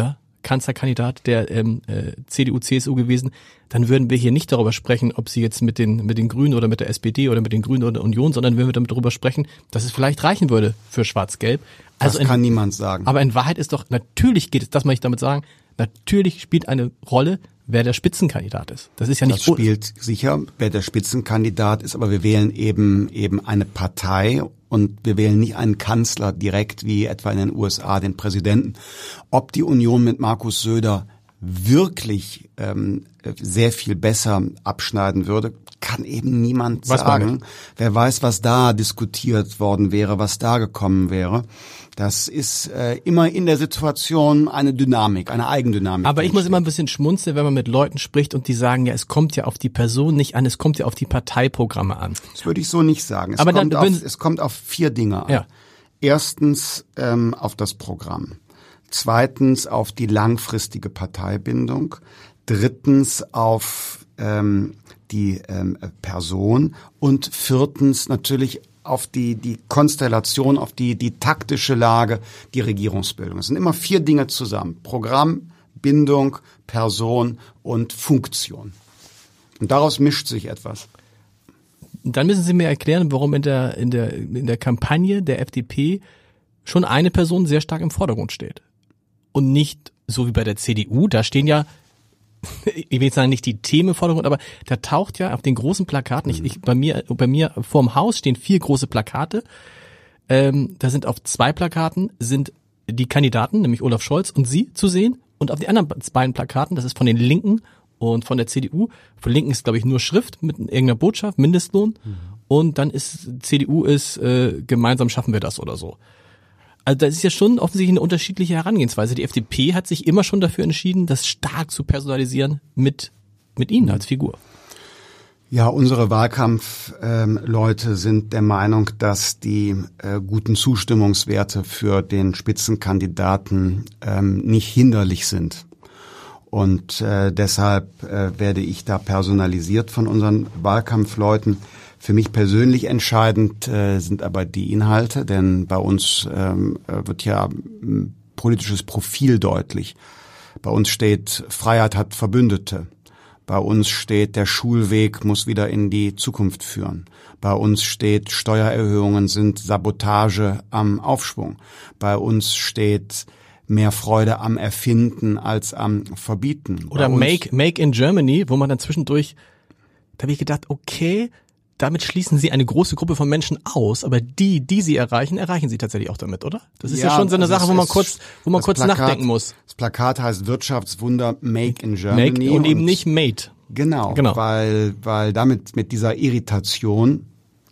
Kanzlerkandidat der ähm, äh, C D U, C S U gewesen, dann würden wir hier nicht darüber sprechen, ob sie jetzt mit den mit den Grünen oder mit der S P D oder mit den Grünen oder Union, sondern würden wir damit darüber sprechen, dass es vielleicht reichen würde für Schwarz-Gelb. Also das kann in, niemand sagen. Aber in Wahrheit ist doch, natürlich geht es, das möchte ich damit sagen, natürlich spielt eine Rolle, wer der Spitzenkandidat ist. Das ist ja nicht... Das spielt sicher, wer der Spitzenkandidat ist, aber wir wählen eben eben eine Partei und wir wählen nicht einen Kanzler direkt wie etwa in den U S A den Präsidenten. Ob die Union mit Markus Söder wirklich ähm, sehr viel besser abschneiden würde, kann eben niemand weiß sagen. Wer weiß, was da diskutiert worden wäre, was da gekommen wäre. Das ist äh, immer in der Situation eine Dynamik, eine Eigendynamik. Aber ich muss immer ein bisschen schmunzeln, wenn man mit Leuten spricht und die sagen, ja, es kommt ja auf die Person nicht an, es kommt ja auf die Parteiprogramme an. Das würde ich so nicht sagen. Es, Aber kommt, dann, auf, es kommt auf vier Dinge an. Ja. Erstens ähm, auf das Programm. Zweitens auf die langfristige Parteibindung. Drittens auf ähm, die ähm, Person. Und viertens natürlich auf die die Konstellation, auf die die taktische Lage, die Regierungsbildung. Es sind immer vier Dinge zusammen: Programm, Bindung, Person und Funktion. Und daraus mischt sich etwas. Dann müssen Sie mir erklären, warum in der in der in der Kampagne der F D P schon eine Person sehr stark im Vordergrund steht und nicht so wie bei der C D U. Da stehen ja, ich will jetzt sagen, nicht die Themen im Vordergrund, aber da taucht ja auf den großen Plakaten, ich, ich, bei mir bei mir vorm Haus stehen vier große Plakate. Ähm, da sind auf zwei Plakaten sind die Kandidaten, nämlich Olaf Scholz und Sie, zu sehen. Und auf den anderen beiden Plakaten, das ist von den Linken und von der C D U. Von Linken ist, glaube ich, nur Schrift mit irgendeiner Botschaft, Mindestlohn. Mhm. Und dann ist C D U ist äh, gemeinsam schaffen wir das oder so. Also das ist ja schon offensichtlich eine unterschiedliche Herangehensweise. Die F D P hat sich immer schon dafür entschieden, das stark zu personalisieren mit mit Ihnen als Figur. Ja, unsere Wahlkampfleute ähm, sind der Meinung, dass die äh, guten Zustimmungswerte für den Spitzenkandidaten ähm, nicht hinderlich sind. Und äh, deshalb äh, werde ich da personalisiert von unseren Wahlkampfleuten. Für mich persönlich entscheidend äh, sind aber die Inhalte, denn bei uns ähm, wird ja ein politisches Profil deutlich. Bei uns steht, Freiheit hat Verbündete. Bei uns steht, der Schulweg muss wieder in die Zukunft führen. Bei uns steht, Steuererhöhungen sind Sabotage am Aufschwung. Bei uns steht, mehr Freude am Erfinden als am Verbieten. Oder Make, Make in Germany, wo man dann zwischendurch, da habe ich gedacht, okay, damit schließen Sie eine große Gruppe von Menschen aus, aber die, die Sie erreichen, erreichen Sie tatsächlich auch damit, oder? Das ist ja, ja schon so eine also Sache, wo man kurz, wo man kurz Plakat, nachdenken muss. Das Plakat heißt Wirtschaftswunder Make in Germany. Make und, und eben nicht Made. Genau, genau, weil, weil damit, mit dieser Irritation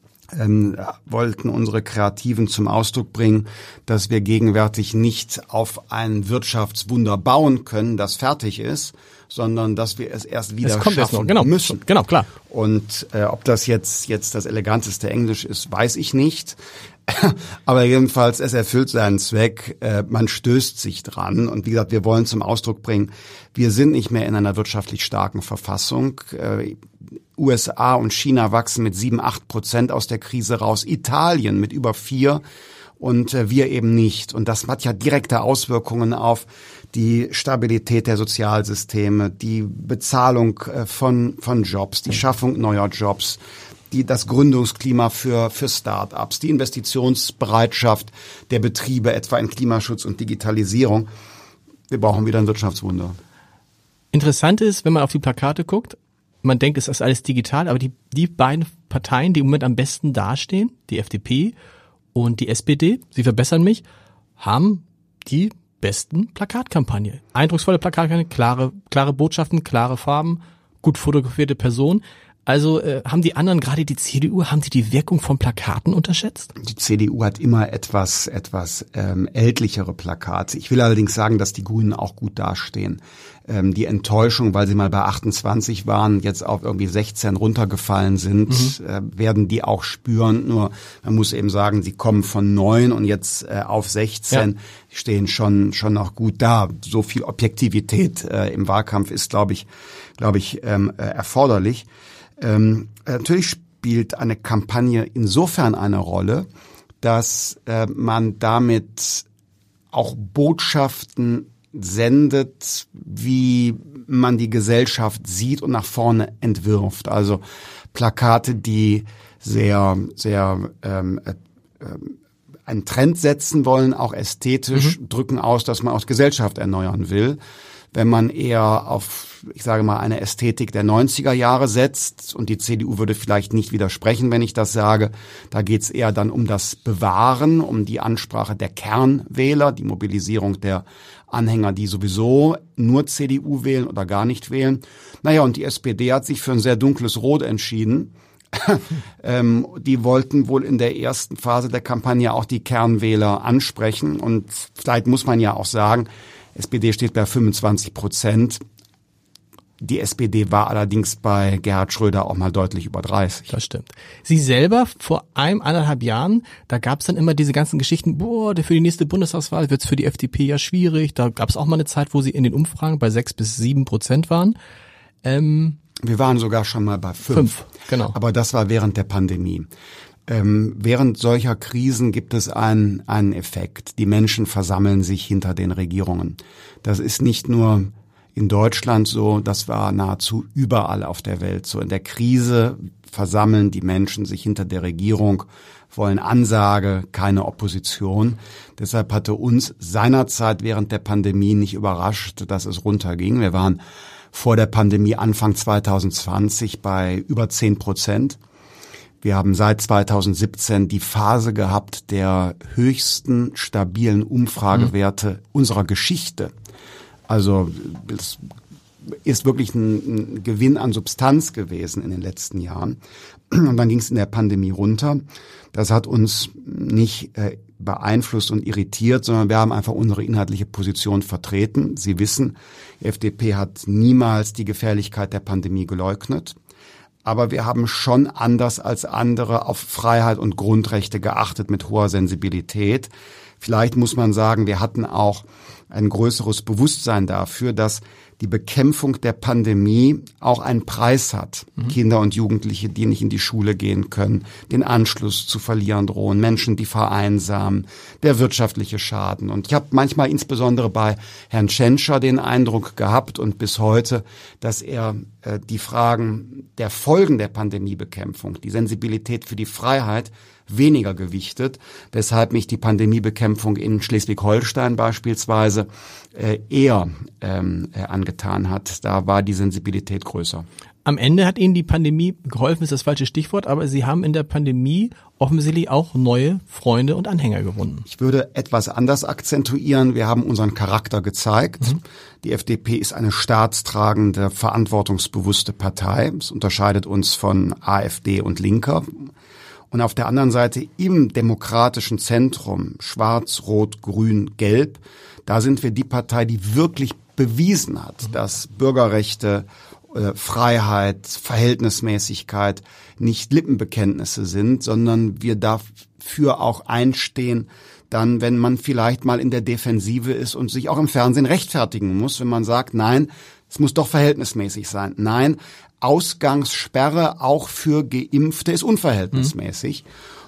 ähm, wollten unsere Kreativen zum Ausdruck bringen, dass wir gegenwärtig nicht auf ein Wirtschaftswunder bauen können, das fertig ist, sondern dass wir es erst wieder es schaffen genau, müssen. Genau, klar. Und äh, ob das jetzt jetzt das eleganteste Englisch ist, weiß ich nicht. Aber jedenfalls, es erfüllt seinen Zweck. Äh, man stößt sich dran. Und wie gesagt, wir wollen zum Ausdruck bringen, wir sind nicht mehr in einer wirtschaftlich starken Verfassung. Äh, U S A und China wachsen mit sieben, acht Prozent aus der Krise raus. Italien mit über vier. Und äh, wir eben nicht. Und das hat ja direkte Auswirkungen auf die Stabilität der Sozialsysteme, die Bezahlung äh, von von Jobs, die Schaffung neuer Jobs, die das Gründungsklima für für Start-ups, die Investitionsbereitschaft der Betriebe etwa in Klimaschutz und Digitalisierung. Wir brauchen wieder ein Wirtschaftswunder. Interessant ist, wenn man auf die Plakate guckt, man denkt, es ist alles digital, aber die die beiden Parteien, die im Moment am besten dastehen, die F D P und die S P D, sie verbessern mich, haben die besten Plakatkampagne. Eindrucksvolle Plakatkampagne, klare, klare Botschaften, klare Farben, gut fotografierte Personen. Also äh, haben die anderen, gerade die C D U, haben die die Wirkung von Plakaten unterschätzt? Die C D U hat immer etwas etwas ähm, ältlichere Plakate. Ich will allerdings sagen, dass die Grünen auch gut dastehen. Ähm, die Enttäuschung, weil sie mal bei achtundzwanzig waren, jetzt auf irgendwie sechzehn runtergefallen sind, mhm. äh, werden die auch spüren. Nur man muss eben sagen, sie kommen von neun und jetzt äh, auf sechzehn, ja. Die stehen schon schon noch gut da. So viel Objektivität äh, im Wahlkampf ist, glaube ich, glaube ich, ähm, äh, erforderlich. Ähm, natürlich spielt eine Kampagne insofern eine Rolle, dass äh, man damit auch Botschaften sendet, wie man die Gesellschaft sieht und nach vorne entwirft. Also Plakate, die sehr, sehr ähm, äh, einen Trend setzen wollen, auch ästhetisch, mhm. drücken aus, dass man auch die Gesellschaft erneuern will. Wenn man eher auf, ich sage mal, eine Ästhetik der neunziger Jahre setzt, und die C D U würde vielleicht nicht widersprechen, wenn ich das sage, da geht es eher dann um das Bewahren, um die Ansprache der Kernwähler, die Mobilisierung der Anhänger, die sowieso nur C D U wählen oder gar nicht wählen. Naja, und die S P D hat sich für ein sehr dunkles Rot entschieden. ähm, die wollten wohl in der ersten Phase der Kampagne auch die Kernwähler ansprechen. Und vielleicht muss man ja auch sagen, S P D steht bei fünfundzwanzig Prozent. Die S P D war allerdings bei Gerhard Schröder auch mal deutlich über dreißig. Das stimmt. Sie selber vor einem, eineinhalb Jahren, da gab es dann immer diese ganzen Geschichten, boah, für die nächste Bundestagswahl wird es für die F D P ja schwierig. Da gab es auch mal eine Zeit, wo sie in den Umfragen bei sechs bis sieben Prozent waren. Ähm, Wir waren sogar schon mal bei fünf. Fünf, genau. Aber das war während der Pandemie. Ähm, während solcher Krisen gibt es einen, einen Effekt. Die Menschen versammeln sich hinter den Regierungen. Das ist nicht nur in Deutschland so, das war nahezu überall auf der Welt so. In der Krise versammeln die Menschen sich hinter der Regierung, wollen Ansage, keine Opposition. Deshalb hatte uns seinerzeit während der Pandemie nicht überrascht, dass es runterging. Wir waren vor der Pandemie Anfang zwanzig zwanzig bei über zehn Prozent. Wir haben seit zwanzig siebzehn die Phase gehabt der höchsten stabilen Umfragewerte mhm. unserer Geschichte. Also es ist wirklich ein, ein Gewinn an Substanz gewesen in den letzten Jahren. Und dann ging es in der Pandemie runter. Das hat uns nicht äh, beeinflusst und irritiert, sondern wir haben einfach unsere inhaltliche Position vertreten. Sie wissen, die F D P hat niemals die Gefährlichkeit der Pandemie geleugnet. Aber wir haben schon anders als andere auf Freiheit und Grundrechte geachtet mit hoher Sensibilität. Vielleicht muss man sagen, wir hatten auch ein größeres Bewusstsein dafür, dass die Bekämpfung der Pandemie auch einen Preis hat. Mhm. Kinder und Jugendliche, die nicht in die Schule gehen können, den Anschluss zu verlieren drohen, Menschen, die vereinsamen, der wirtschaftliche Schaden. Und ich habe manchmal insbesondere bei Herrn Tschentscher den Eindruck gehabt und bis heute, dass er äh, die Fragen der Folgen der Pandemiebekämpfung, die Sensibilität für die Freiheit weniger gewichtet, weshalb mich die Pandemiebekämpfung in Schleswig-Holstein beispielsweise äh, eher ähm, äh, angetan hat. Da war die Sensibilität größer. Am Ende hat Ihnen die Pandemie geholfen, ist das falsche Stichwort, aber Sie haben in der Pandemie offensichtlich auch neue Freunde und Anhänger gewonnen. Ich würde etwas anders akzentuieren. Wir haben unseren Charakter gezeigt. Mhm. Die F D P ist eine staatstragende, verantwortungsbewusste Partei. Es unterscheidet uns von AfD und Linker. Und auf der anderen Seite im demokratischen Zentrum, schwarz, rot, grün, gelb, da sind wir die Partei, die wirklich bewiesen hat, dass Bürgerrechte, äh, Freiheit, Verhältnismäßigkeit nicht Lippenbekenntnisse sind, sondern wir dafür auch einstehen, dann, wenn man vielleicht mal in der Defensive ist und sich auch im Fernsehen rechtfertigen muss, wenn man sagt, nein, es muss doch verhältnismäßig sein. Nein, Ausgangssperre auch für Geimpfte ist unverhältnismäßig. Mhm.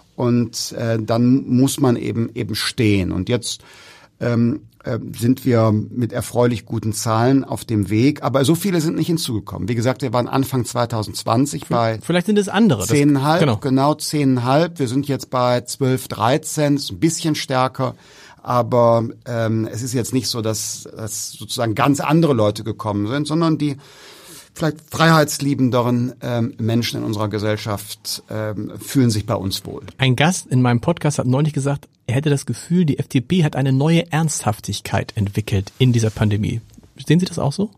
Und äh, dann muss man eben eben stehen. Und jetzt ähm, äh, sind wir mit erfreulich guten Zahlen auf dem Weg. Aber so viele sind nicht hinzugekommen. Wie gesagt, wir waren Anfang zwanzig zwanzig bei vielleicht sind es andere. zehn Komma fünf, genau. genau zehn Komma fünf. Wir sind jetzt bei zwölf, dreizehn, ist ein bisschen stärker. Aber ähm, es ist jetzt nicht so, dass, dass sozusagen ganz andere Leute gekommen sind, sondern die vielleicht freiheitsliebenderen ähm, Menschen in unserer Gesellschaft ähm, fühlen sich bei uns wohl. Ein Gast in meinem Podcast hat neulich gesagt, er hätte das Gefühl, die F D P hat eine neue Ernsthaftigkeit entwickelt in dieser Pandemie. Sehen Sie das auch so?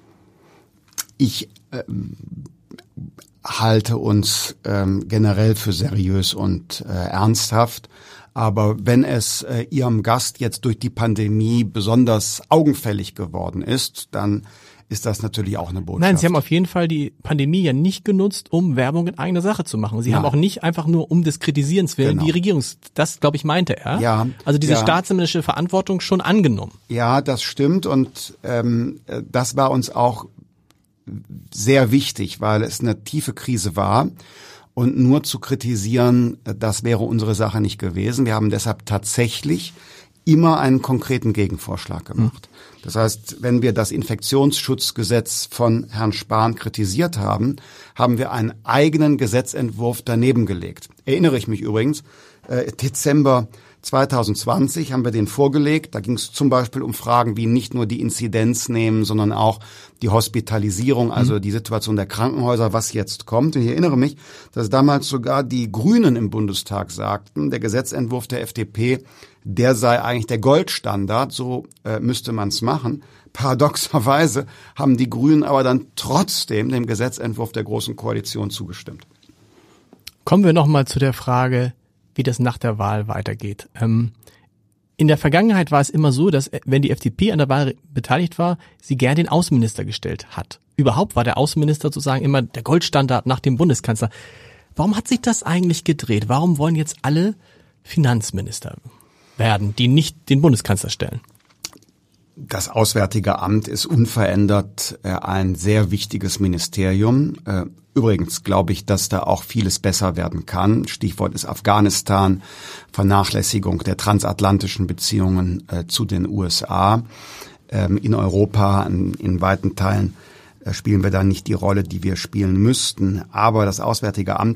Ich ähm, halte uns ähm, generell für seriös und äh, ernsthaft. Aber wenn es äh, Ihrem Gast jetzt durch die Pandemie besonders augenfällig geworden ist, dann ist das natürlich auch eine Botschaft. Nein, Sie haben auf jeden Fall die Pandemie ja nicht genutzt, um Werbung in eigener Sache zu machen. Sie Nein. haben auch nicht einfach nur um des Kritisierens willen genau. die Regierungs... Das, glaube ich, meinte er. Ja, also diese ja. staatsmännische Verantwortung schon angenommen. Ja, das stimmt und ähm, das war uns auch sehr wichtig, weil es eine tiefe Krise war. Und nur zu kritisieren, das wäre unsere Sache nicht gewesen. Wir haben deshalb tatsächlich immer einen konkreten Gegenvorschlag gemacht. Das heißt, wenn wir das Infektionsschutzgesetz von Herrn Spahn kritisiert haben, haben wir einen eigenen Gesetzentwurf daneben gelegt. Erinnere ich mich übrigens, äh, Dezember zwanzig zwanzig haben wir den vorgelegt. Da ging es zum Beispiel um Fragen wie nicht nur die Inzidenz nehmen, sondern auch die Hospitalisierung, also die Situation der Krankenhäuser, was jetzt kommt. Und ich erinnere mich, dass damals sogar die Grünen im Bundestag sagten, der Gesetzentwurf der F D P, der sei eigentlich der Goldstandard, so äh, müsste man es machen. Paradoxerweise haben die Grünen aber dann trotzdem dem Gesetzentwurf der Großen Koalition zugestimmt. Kommen wir nochmal zu der Frage, wie das nach der Wahl weitergeht. Ähm, in der Vergangenheit war es immer so, dass wenn die F D P an der Wahl beteiligt war, sie gern den Außenminister gestellt hat. Überhaupt war der Außenminister sozusagen immer der Goldstandard nach dem Bundeskanzler. Warum hat sich das eigentlich gedreht? Warum wollen jetzt alle Finanzminister werden, die nicht den Bundeskanzler stellen? Das Auswärtige Amt ist unverändert äh, ein sehr wichtiges Ministerium. Äh, übrigens glaube ich, dass da auch vieles besser werden kann. Stichwort ist Afghanistan, Vernachlässigung der transatlantischen Beziehungen äh, zu den U S A. Ähm, in Europa, in, in weiten Teilen äh, spielen wir da nicht die Rolle, die wir spielen müssten. Aber das Auswärtige Amt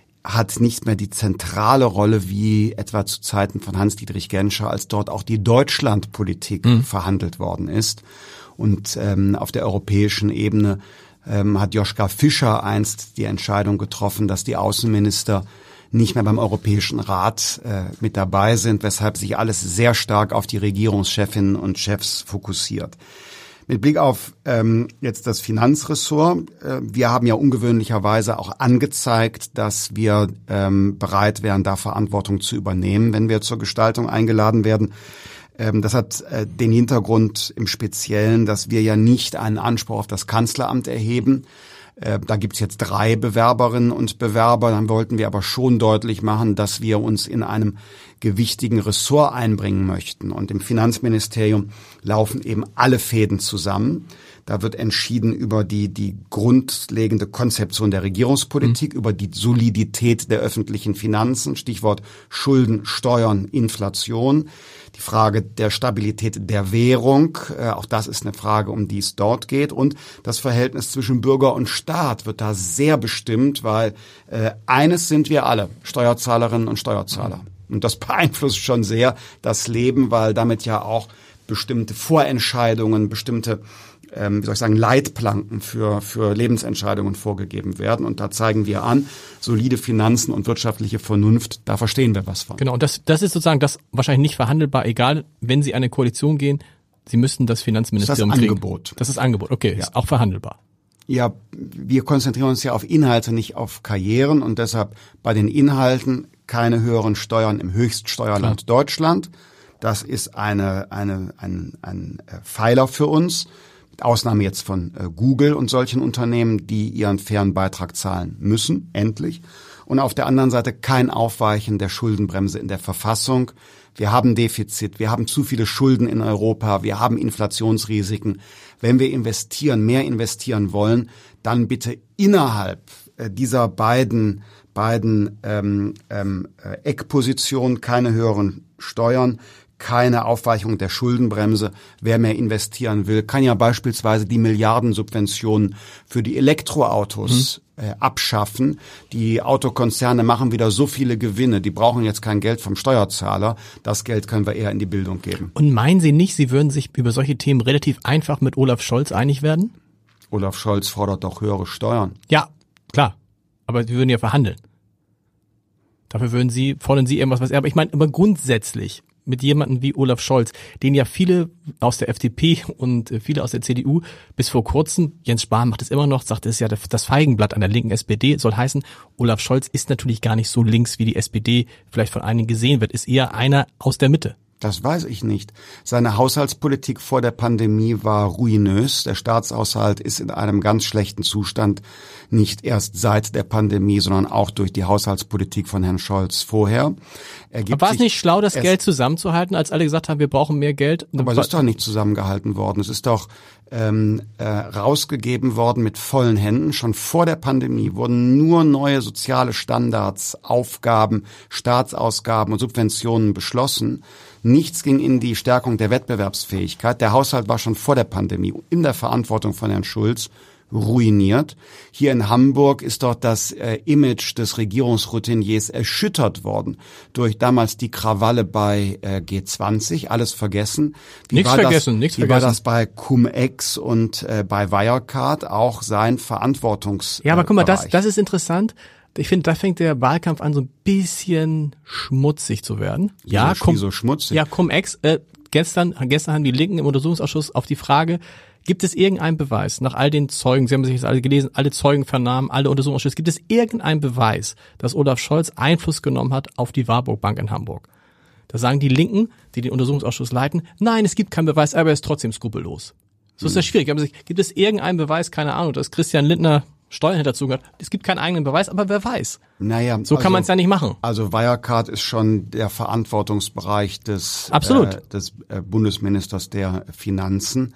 hat nicht mehr die zentrale Rolle wie etwa zu Zeiten von Hans-Dietrich Genscher, als dort auch die Deutschlandpolitik mhm. verhandelt worden ist. Und ähm, auf der europäischen Ebene ähm, hat Joschka Fischer einst die Entscheidung getroffen, dass die Außenminister nicht mehr beim Europäischen Rat äh, mit dabei sind, weshalb sich alles sehr stark auf die Regierungschefinnen und Chefs fokussiert. Mit Blick auf ähm, jetzt das Finanzressort, äh, wir haben ja ungewöhnlicherweise auch angezeigt, dass wir ähm, bereit wären, da Verantwortung zu übernehmen, wenn wir zur Gestaltung eingeladen werden. Ähm, das hat äh, den Hintergrund im Speziellen, dass wir ja nicht einen Anspruch auf das Kanzleramt erheben. Äh, da gibt's jetzt drei Bewerberinnen und Bewerber. Dann wollten wir aber schon deutlich machen, dass wir uns in einem gewichtigen Ressort einbringen möchten. Und im Finanzministerium laufen eben alle Fäden zusammen. Da wird entschieden über die, die grundlegende Konzeption der Regierungspolitik, mhm. über die Solidität der öffentlichen Finanzen, Stichwort Schulden, Steuern, Inflation. Die Frage der Stabilität der Währung, äh, auch das ist eine Frage, um die es dort geht. Und das Verhältnis zwischen Bürger und Staat wird da sehr bestimmt, weil äh, eines sind wir alle, Steuerzahlerinnen und Steuerzahler. Mhm. Und das beeinflusst schon sehr das Leben, weil damit ja auch bestimmte Vorentscheidungen, bestimmte, ähm, wie soll ich sagen, Leitplanken für für Lebensentscheidungen vorgegeben werden. Und da zeigen wir an, solide Finanzen und wirtschaftliche Vernunft, da verstehen wir was von. Genau, und das, das ist sozusagen das wahrscheinlich nicht verhandelbar, egal, wenn Sie eine Koalition gehen, Sie müssten das Finanzministerium kriegen. Das ist das Angebot. Das ist Angebot, okay, ja. Ist auch verhandelbar. Ja, wir konzentrieren uns ja auf Inhalte, nicht auf Karrieren und deshalb bei den Inhalten keine höheren Steuern im Höchststeuerland Klar. Deutschland. Das ist eine, eine, ein, ein Pfeiler für uns, mit Ausnahme jetzt von äh, Google und solchen Unternehmen, die ihren fairen Beitrag zahlen müssen, endlich. Und auf der anderen Seite kein Aufweichen der Schuldenbremse in der Verfassung. Wir haben Defizit, wir haben zu viele Schulden in Europa, wir haben Inflationsrisiken. Wenn wir investieren, mehr investieren wollen, dann bitte innerhalb äh, dieser beiden beiden ähm, ähm, Eckpositionen keine höheren Steuern, keine Aufweichung der Schuldenbremse. Wer mehr investieren will, kann ja beispielsweise die Milliardensubventionen für die Elektroautos mhm. äh, abschaffen. Die Autokonzerne machen wieder so viele Gewinne, die brauchen jetzt kein Geld vom Steuerzahler. Das Geld können wir eher in die Bildung geben. Und meinen Sie nicht, Sie würden sich über solche Themen relativ einfach mit Olaf Scholz einig werden? Olaf Scholz fordert doch höhere Steuern. Ja, klar. Aber Sie würden ja verhandeln. Dafür würden Sie, fordern Sie irgendwas, was er, aber ich meine, aber grundsätzlich mit jemandem wie Olaf Scholz, den ja viele aus der F D P und viele aus der C D U bis vor kurzem, Jens Spahn macht es immer noch, sagt, es ist ja das Feigenblatt an der linken S P D, soll heißen, Olaf Scholz ist natürlich gar nicht so links, wie die S P D vielleicht von einigen gesehen wird, ist eher einer aus der Mitte. Das weiß ich nicht. Seine Haushaltspolitik vor der Pandemie war ruinös. Der Staatshaushalt ist in einem ganz schlechten Zustand, nicht erst seit der Pandemie, sondern auch durch die Haushaltspolitik von Herrn Scholz vorher. Aber war es nicht schlau, das Geld zusammenzuhalten, als alle gesagt haben, wir brauchen mehr Geld? Aber es ist doch nicht zusammengehalten worden. Es ist doch ähm, äh, rausgegeben worden mit vollen Händen. Schon vor der Pandemie wurden nur neue soziale Standards, Aufgaben, Staatsausgaben und Subventionen beschlossen. Nichts ging in die Stärkung der Wettbewerbsfähigkeit. Der Haushalt war schon vor der Pandemie in der Verantwortung von Herrn Schulz ruiniert. Hier in Hamburg ist doch das äh, Image des Regierungsroutiniers erschüttert worden durch damals die Krawalle bei äh, G zwanzig. Alles vergessen. Wie nichts war vergessen, das, nichts wie vergessen. war das bei Cum-Ex und äh, bei Wirecard auch sein Verantwortungs Ja, aber guck mal, das, Bereich. das ist interessant. Ich finde, da fängt der Wahlkampf an, so ein bisschen schmutzig zu werden. Ja, Cum, so schmutzig. Ja, Cum-Ex, äh, gestern, gestern haben die Linken im Untersuchungsausschuss auf die Frage, gibt es irgendeinen Beweis, nach all den Zeugen, Sie haben sich jetzt alle gelesen, alle Zeugen vernahmen, alle Untersuchungsausschüsse, gibt es irgendeinen Beweis, dass Olaf Scholz Einfluss genommen hat auf die Warburg Bank in Hamburg? Da sagen die Linken, die den Untersuchungsausschuss leiten, nein, es gibt keinen Beweis, aber er ist trotzdem skrupellos. So ist das schwierig. Aber gibt es irgendeinen Beweis, keine Ahnung, dass Christian Lindner Steuern hinterzogen hat? Es gibt keinen eigenen Beweis, aber wer weiß. Naja, so kann also, man es ja nicht machen. Also Wirecard ist schon der Verantwortungsbereich des, Absolut. Äh, des äh, Bundesministers der Finanzen.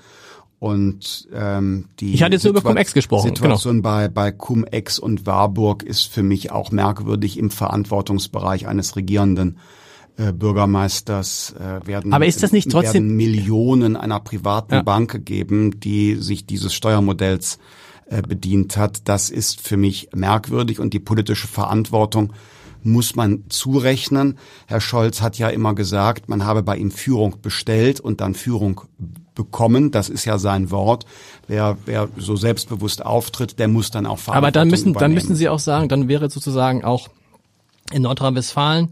Und ähm, die Ich hatte jetzt nur über Cum-Ex gesprochen. Situation genau. bei bei Cum-Ex und Warburg ist für mich auch merkwürdig. Im Verantwortungsbereich eines regierenden äh, Bürgermeisters äh, werden, Aber ist das nicht trotzdem werden Millionen einer privaten ja. Bank gegeben, die sich dieses Steuermodells äh, bedient hat. Das ist für mich merkwürdig und die politische Verantwortung muss man zurechnen. Herr Scholz hat ja immer gesagt, man habe bei ihm Führung bestellt und dann Führung bekommen. Das ist ja sein Wort. Wer, wer so selbstbewusst auftritt, der muss dann auch Verantwortung Aber dann müssen, übernehmen. dann müssen Sie auch sagen, dann wäre sozusagen auch in Nordrhein-Westfalen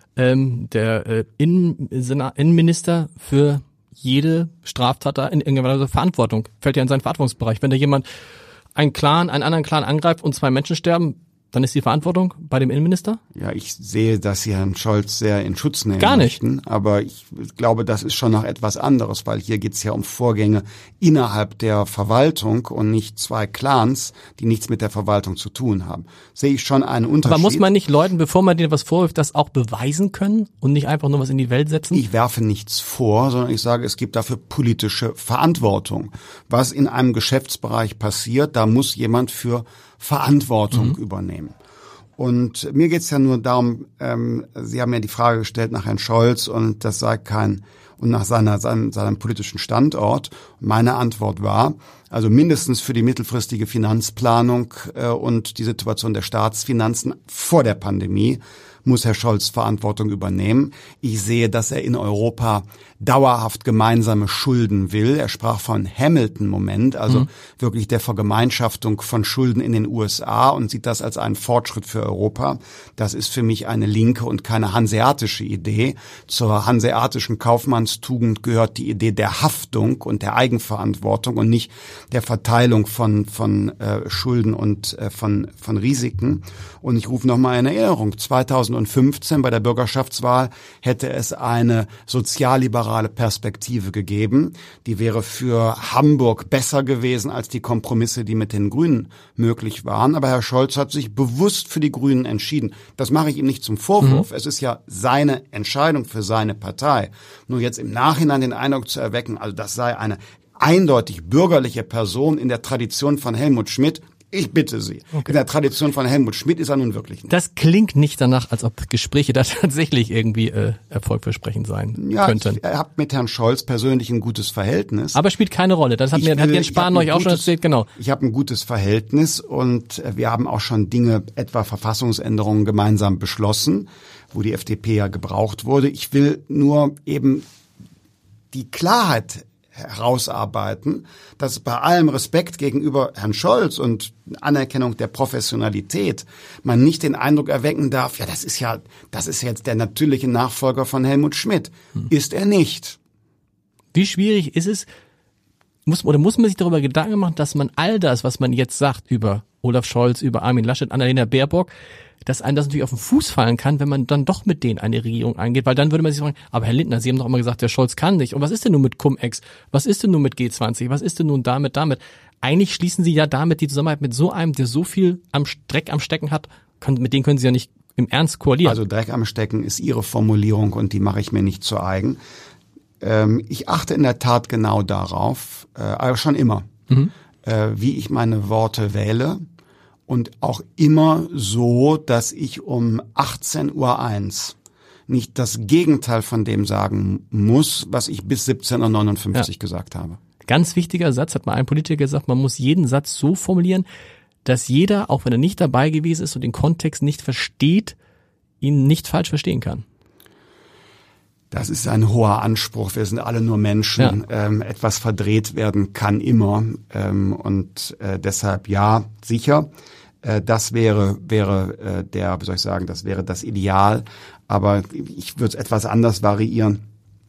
ähm, der äh, Innen, Innenminister für jede Straftat da in irgendeiner Weise Verantwortung. Fällt ja in seinen Verantwortungsbereich. Wenn da jemand einen Clan, einen anderen Clan angreift und zwei Menschen sterben, dann ist die Verantwortung bei dem Innenminister? Ja, ich sehe, dass Sie Herrn Scholz sehr in Schutz nehmen Gar nicht. möchten, aber ich glaube, das ist schon noch etwas anderes, weil hier geht es ja um Vorgänge innerhalb der Verwaltung und nicht zwei Clans, die nichts mit der Verwaltung zu tun haben. Sehe ich schon einen Unterschied. Aber muss man nicht Leuten, bevor man denen was vorwirft, das auch beweisen können und nicht einfach nur was in die Welt setzen? Ich werfe nichts vor, sondern ich sage, es gibt dafür politische Verantwortung. Was in einem Geschäftsbereich passiert, da muss jemand für Verantwortung mhm. übernehmen. Und mir geht's ja nur darum, ähm, Sie haben ja die Frage gestellt nach Herrn Scholz und das sei kein und nach seiner, seinem, seinem politischen Standort. Meine Antwort war, also mindestens für die mittelfristige Finanzplanung äh, und die Situation der Staatsfinanzen vor der Pandemie muss Herr Scholz Verantwortung übernehmen. Ich sehe, dass er in Europa dauerhaft gemeinsame Schulden will. Er sprach von Hamilton-Moment, also mhm. wirklich der Vergemeinschaftung von Schulden in den U S A und sieht das als einen Fortschritt für Europa. Das ist für mich eine linke und keine hanseatische Idee. Zur hanseatischen Kaufmannstugend gehört die Idee der Haftung und der Eigenverantwortung und nicht der Verteilung von von äh, Schulden und äh, von von Risiken. Und ich rufe nochmal in Erinnerung, zweitausendfünfzehn bei der Bürgerschaftswahl hätte es eine sozialliberale Perspektive gegeben. Die wäre für Hamburg besser gewesen als die Kompromisse, die mit den Grünen möglich waren. Aber Herr Scholz hat sich bewusst für die Grünen entschieden. Das mache ich ihm nicht zum Vorwurf. Mhm. Es ist ja seine Entscheidung für seine Partei. Nur jetzt im Nachhinein den Eindruck zu erwecken, also das sei eine eindeutig bürgerliche Person in der Tradition von Helmut Schmidt. Ich bitte Sie. Okay. In der Tradition von Helmut Schmidt ist er nun wirklich nicht. Das klingt nicht danach, als ob Gespräche da tatsächlich irgendwie äh, erfolgversprechend sein ja, könnten. Ich habe mit Herrn Scholz persönlich ein gutes Verhältnis. Aber spielt keine Rolle. Das hat, ich mir, will, hat Jens Spahn euch auch schon erzählt. Genau. Ich habe ein gutes Verhältnis und wir haben auch schon Dinge, etwa Verfassungsänderungen, gemeinsam beschlossen, wo die F D P ja gebraucht wurde. Ich will nur eben die Klarheit herausarbeiten, dass bei allem Respekt gegenüber Herrn Scholz und Anerkennung der Professionalität man nicht den Eindruck erwecken darf, ja, das ist ja, das ist jetzt der natürliche Nachfolger von Helmut Schmidt. Hm. Ist er nicht. Wie schwierig ist es, muss, oder muss man sich darüber Gedanken machen, dass man all das, was man jetzt sagt über Olaf Scholz, über Armin Laschet, Annalena Baerbock, dass einem das natürlich auf den Fuß fallen kann, wenn man dann doch mit denen eine Regierung eingeht, weil dann würde man sich fragen, aber Herr Lindner, Sie haben doch immer gesagt, der Scholz kann nicht. Und was ist denn nun mit Cum-Ex? Was ist denn nun mit G zwanzig? Was ist denn nun damit, damit? Eigentlich schließen Sie ja damit die Zusammenarbeit mit so einem, der so viel am Dreck am Stecken hat, können, mit denen können Sie ja nicht im Ernst koalieren. Also Dreck am Stecken ist Ihre Formulierung und die mache ich mir nicht zu eigen. Ähm, ich achte in der Tat genau darauf, äh, aber schon immer, mhm. äh, wie ich meine Worte wähle. Und auch immer so, dass ich um achtzehn Uhr eins nicht das Gegenteil von dem sagen muss, was ich bis siebzehnhundertneunundfünfzig ja. gesagt habe. Ganz wichtiger Satz, hat mal ein Politiker gesagt, man muss jeden Satz so formulieren, dass jeder, auch wenn er nicht dabei gewesen ist und den Kontext nicht versteht, ihn nicht falsch verstehen kann. Das ist ein hoher Anspruch. Wir sind alle nur Menschen. Ja. Ähm, etwas verdreht werden kann immer. Ähm, und äh, deshalb ja, sicher. Äh, das wäre wäre äh, der, wie soll ich sagen, das wäre das Ideal. Aber ich würde es etwas anders variieren.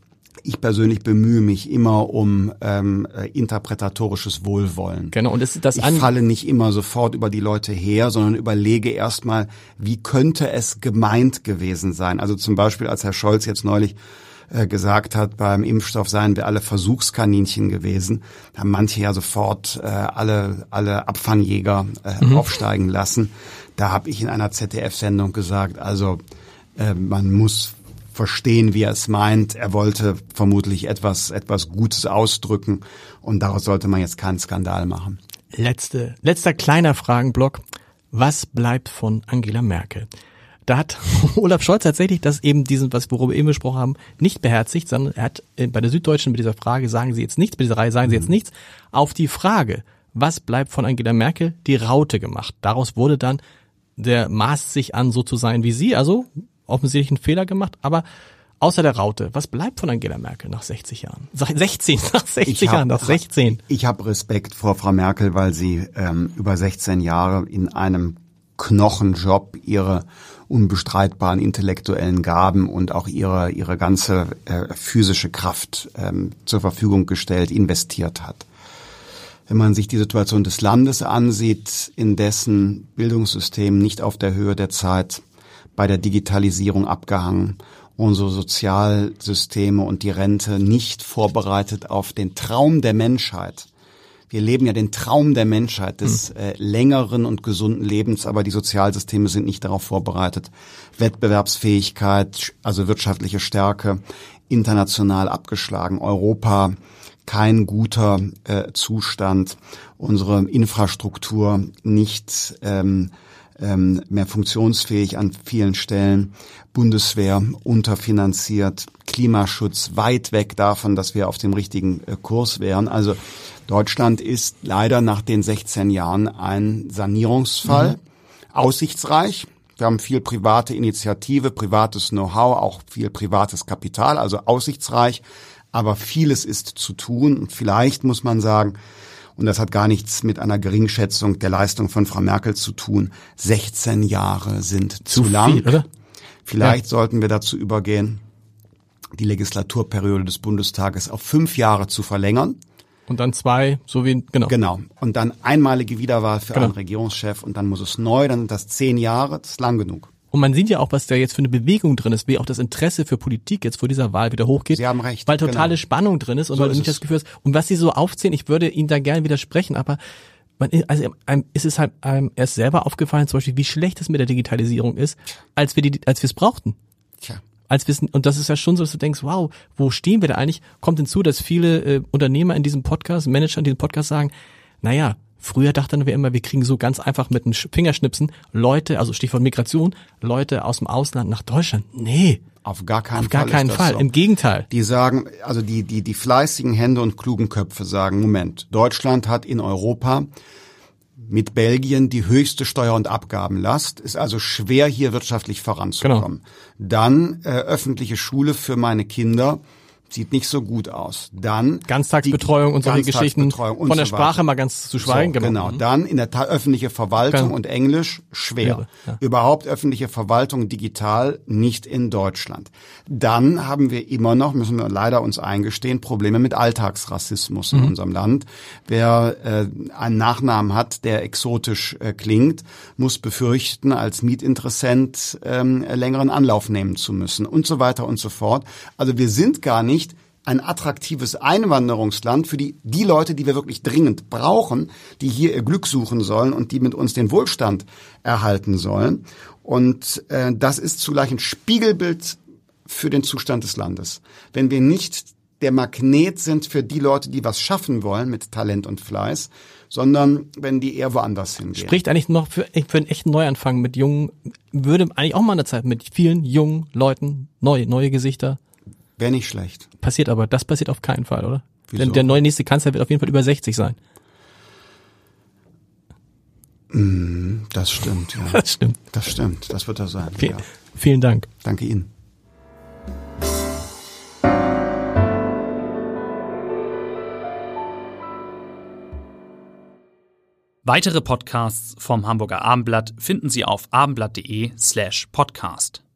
Ich persönlich bemühe mich immer um ähm, interpretatorisches Wohlwollen. Genau, und ist das ich falle nicht immer sofort über die Leute her, sondern überlege erstmal, wie könnte es gemeint gewesen sein. Also zum Beispiel, als Herr Scholz jetzt neulich äh, gesagt hat, beim Impfstoff seien wir alle Versuchskaninchen gewesen, haben manche ja sofort äh, alle alle Abfangjäger äh, mhm. aufsteigen lassen. Da habe ich in einer Z D F-Sendung gesagt, also äh, man muss verstehen, wie er es meint. Er wollte vermutlich etwas etwas Gutes ausdrücken und daraus sollte man jetzt keinen Skandal machen. Letzte, letzter kleiner Fragenblock. Was bleibt von Angela Merkel? Da hat Olaf Scholz tatsächlich das eben diesen, was worüber wir eben gesprochen haben, nicht beherzigt, sondern er hat bei der Süddeutschen mit dieser Frage, sagen Sie jetzt nichts, bei dieser Reihe sagen Sie jetzt nichts, auf die Frage, was bleibt von Angela Merkel, die Raute gemacht. Daraus wurde dann, der maßt sich an, so zu sein wie sie, also offensichtlich einen Fehler gemacht, aber außer der Raute, was bleibt von Angela Merkel nach sechzig Jahren? sechzehn, nach sechzig hab, Jahren, nach sechzehn. Ich habe Respekt vor Frau Merkel, weil sie ähm, über sechzehn Jahre in einem Knochenjob ihre unbestreitbaren intellektuellen Gaben und auch ihre ihre ganze äh, physische Kraft ähm, zur Verfügung gestellt, investiert hat. Wenn man sich die Situation des Landes ansieht, in dessen Bildungssystem nicht auf der Höhe der Zeit, bei der Digitalisierung abgehangen, unsere Sozialsysteme und die Rente nicht vorbereitet auf den Traum der Menschheit. Wir leben ja den Traum der Menschheit, des äh, längeren und gesunden Lebens, aber die Sozialsysteme sind nicht darauf vorbereitet. Wettbewerbsfähigkeit, also wirtschaftliche Stärke, international abgeschlagen. Europa, kein guter äh, Zustand. Unsere Infrastruktur nicht ähm, Ähm, mehr funktionsfähig an vielen Stellen, Bundeswehr unterfinanziert, Klimaschutz weit weg davon, dass wir auf dem richtigen äh, Kurs wären. Also Deutschland ist leider nach den sechzehn Jahren ein Sanierungsfall, mhm. aussichtsreich. Wir haben viel private Initiative, privates Know-how, auch viel privates Kapital, also aussichtsreich, aber vieles ist zu tun. Und vielleicht muss man sagen, und das hat gar nichts mit einer Geringschätzung der Leistung von Frau Merkel zu tun. sechzehn Jahre sind zu, zu lang. Viel, oder? Vielleicht ja. sollten wir dazu übergehen, die Legislaturperiode des Bundestages auf fünf Jahre zu verlängern. Und dann zwei, so wie, genau. Genau. Und dann einmalige Wiederwahl für genau. einen Regierungschef und dann muss es neu, dann sind das zehn Jahre, das ist lang genug. Und man sieht ja auch, was da jetzt für eine Bewegung drin ist, wie auch das Interesse für Politik jetzt vor dieser Wahl wieder hochgeht. Sie haben recht. Weil totale genau. Spannung drin ist und so weil ist nicht das Gefühl ist. Und was Sie so aufzählen, ich würde Ihnen da gerne widersprechen, aber man, also einem ist es halt einem erst selber aufgefallen, zum Beispiel, wie schlecht es mit der Digitalisierung ist, als wir die, als wir es brauchten. Tja. Als wir und das ist ja schon so, dass du denkst, wow, wo stehen wir da eigentlich? Kommt hinzu, dass viele äh, Unternehmer in diesem Podcast, Manager in diesem Podcast sagen, naja, früher dachten wir immer, wir kriegen so ganz einfach mit einem Fingerschnipsen Leute, also Stichwort Migration, Leute aus dem Ausland nach Deutschland. Nee. Auf gar keinen Auf gar Fall. keinen Fall. So. Im Gegenteil. Die sagen, also die, die, die fleißigen Hände und klugen Köpfe sagen, Moment, Deutschland hat in Europa mit Belgien die höchste Steuer- und Abgabenlast, ist also schwer, hier wirtschaftlich voranzukommen. Genau. Dann äh, öffentliche Schule für meine Kinder. Sieht nicht so gut aus. Dann Ganztagsbetreuung und solche Geschichten. Von der so Sprache mal ganz zu schweigen. So, genau. Dann in der Ta- öffentliche Verwaltung genau. und Englisch schwer. Ja. Überhaupt öffentliche Verwaltung digital nicht in Deutschland. Dann haben wir immer noch, müssen wir leider uns eingestehen, Probleme mit Alltagsrassismus in mhm. unserem Land. Wer äh, einen Nachnamen hat, der exotisch äh, klingt, muss befürchten, als Mietinteressent ähm, längeren Anlauf nehmen zu müssen und so weiter und so fort. Also wir sind gar nicht ein attraktives Einwanderungsland für die, die Leute, die wir wirklich dringend brauchen, die hier ihr Glück suchen sollen und die mit uns den Wohlstand erhalten sollen. Und äh, das ist zugleich ein Spiegelbild für den Zustand des Landes. Wenn wir nicht der Magnet sind für die Leute, die was schaffen wollen mit Talent und Fleiß, sondern wenn die eher woanders hingehen. Spricht eigentlich noch für, für einen echten Neuanfang mit jungen, würde eigentlich auch mal eine Zeit mit vielen jungen Leuten, neue, neue Gesichter. Wäre nicht schlecht. Passiert aber, das passiert auf keinen Fall, oder? Wieso? Denn der neue nächste Kanzler wird auf jeden Fall über sechzig sein. Mm, das stimmt, ja. Das stimmt. Das stimmt, das wird er sein. V- ja. Vielen Dank. Danke Ihnen. Weitere Podcasts vom Hamburger Abendblatt finden Sie auf abendblatt.de slash podcast.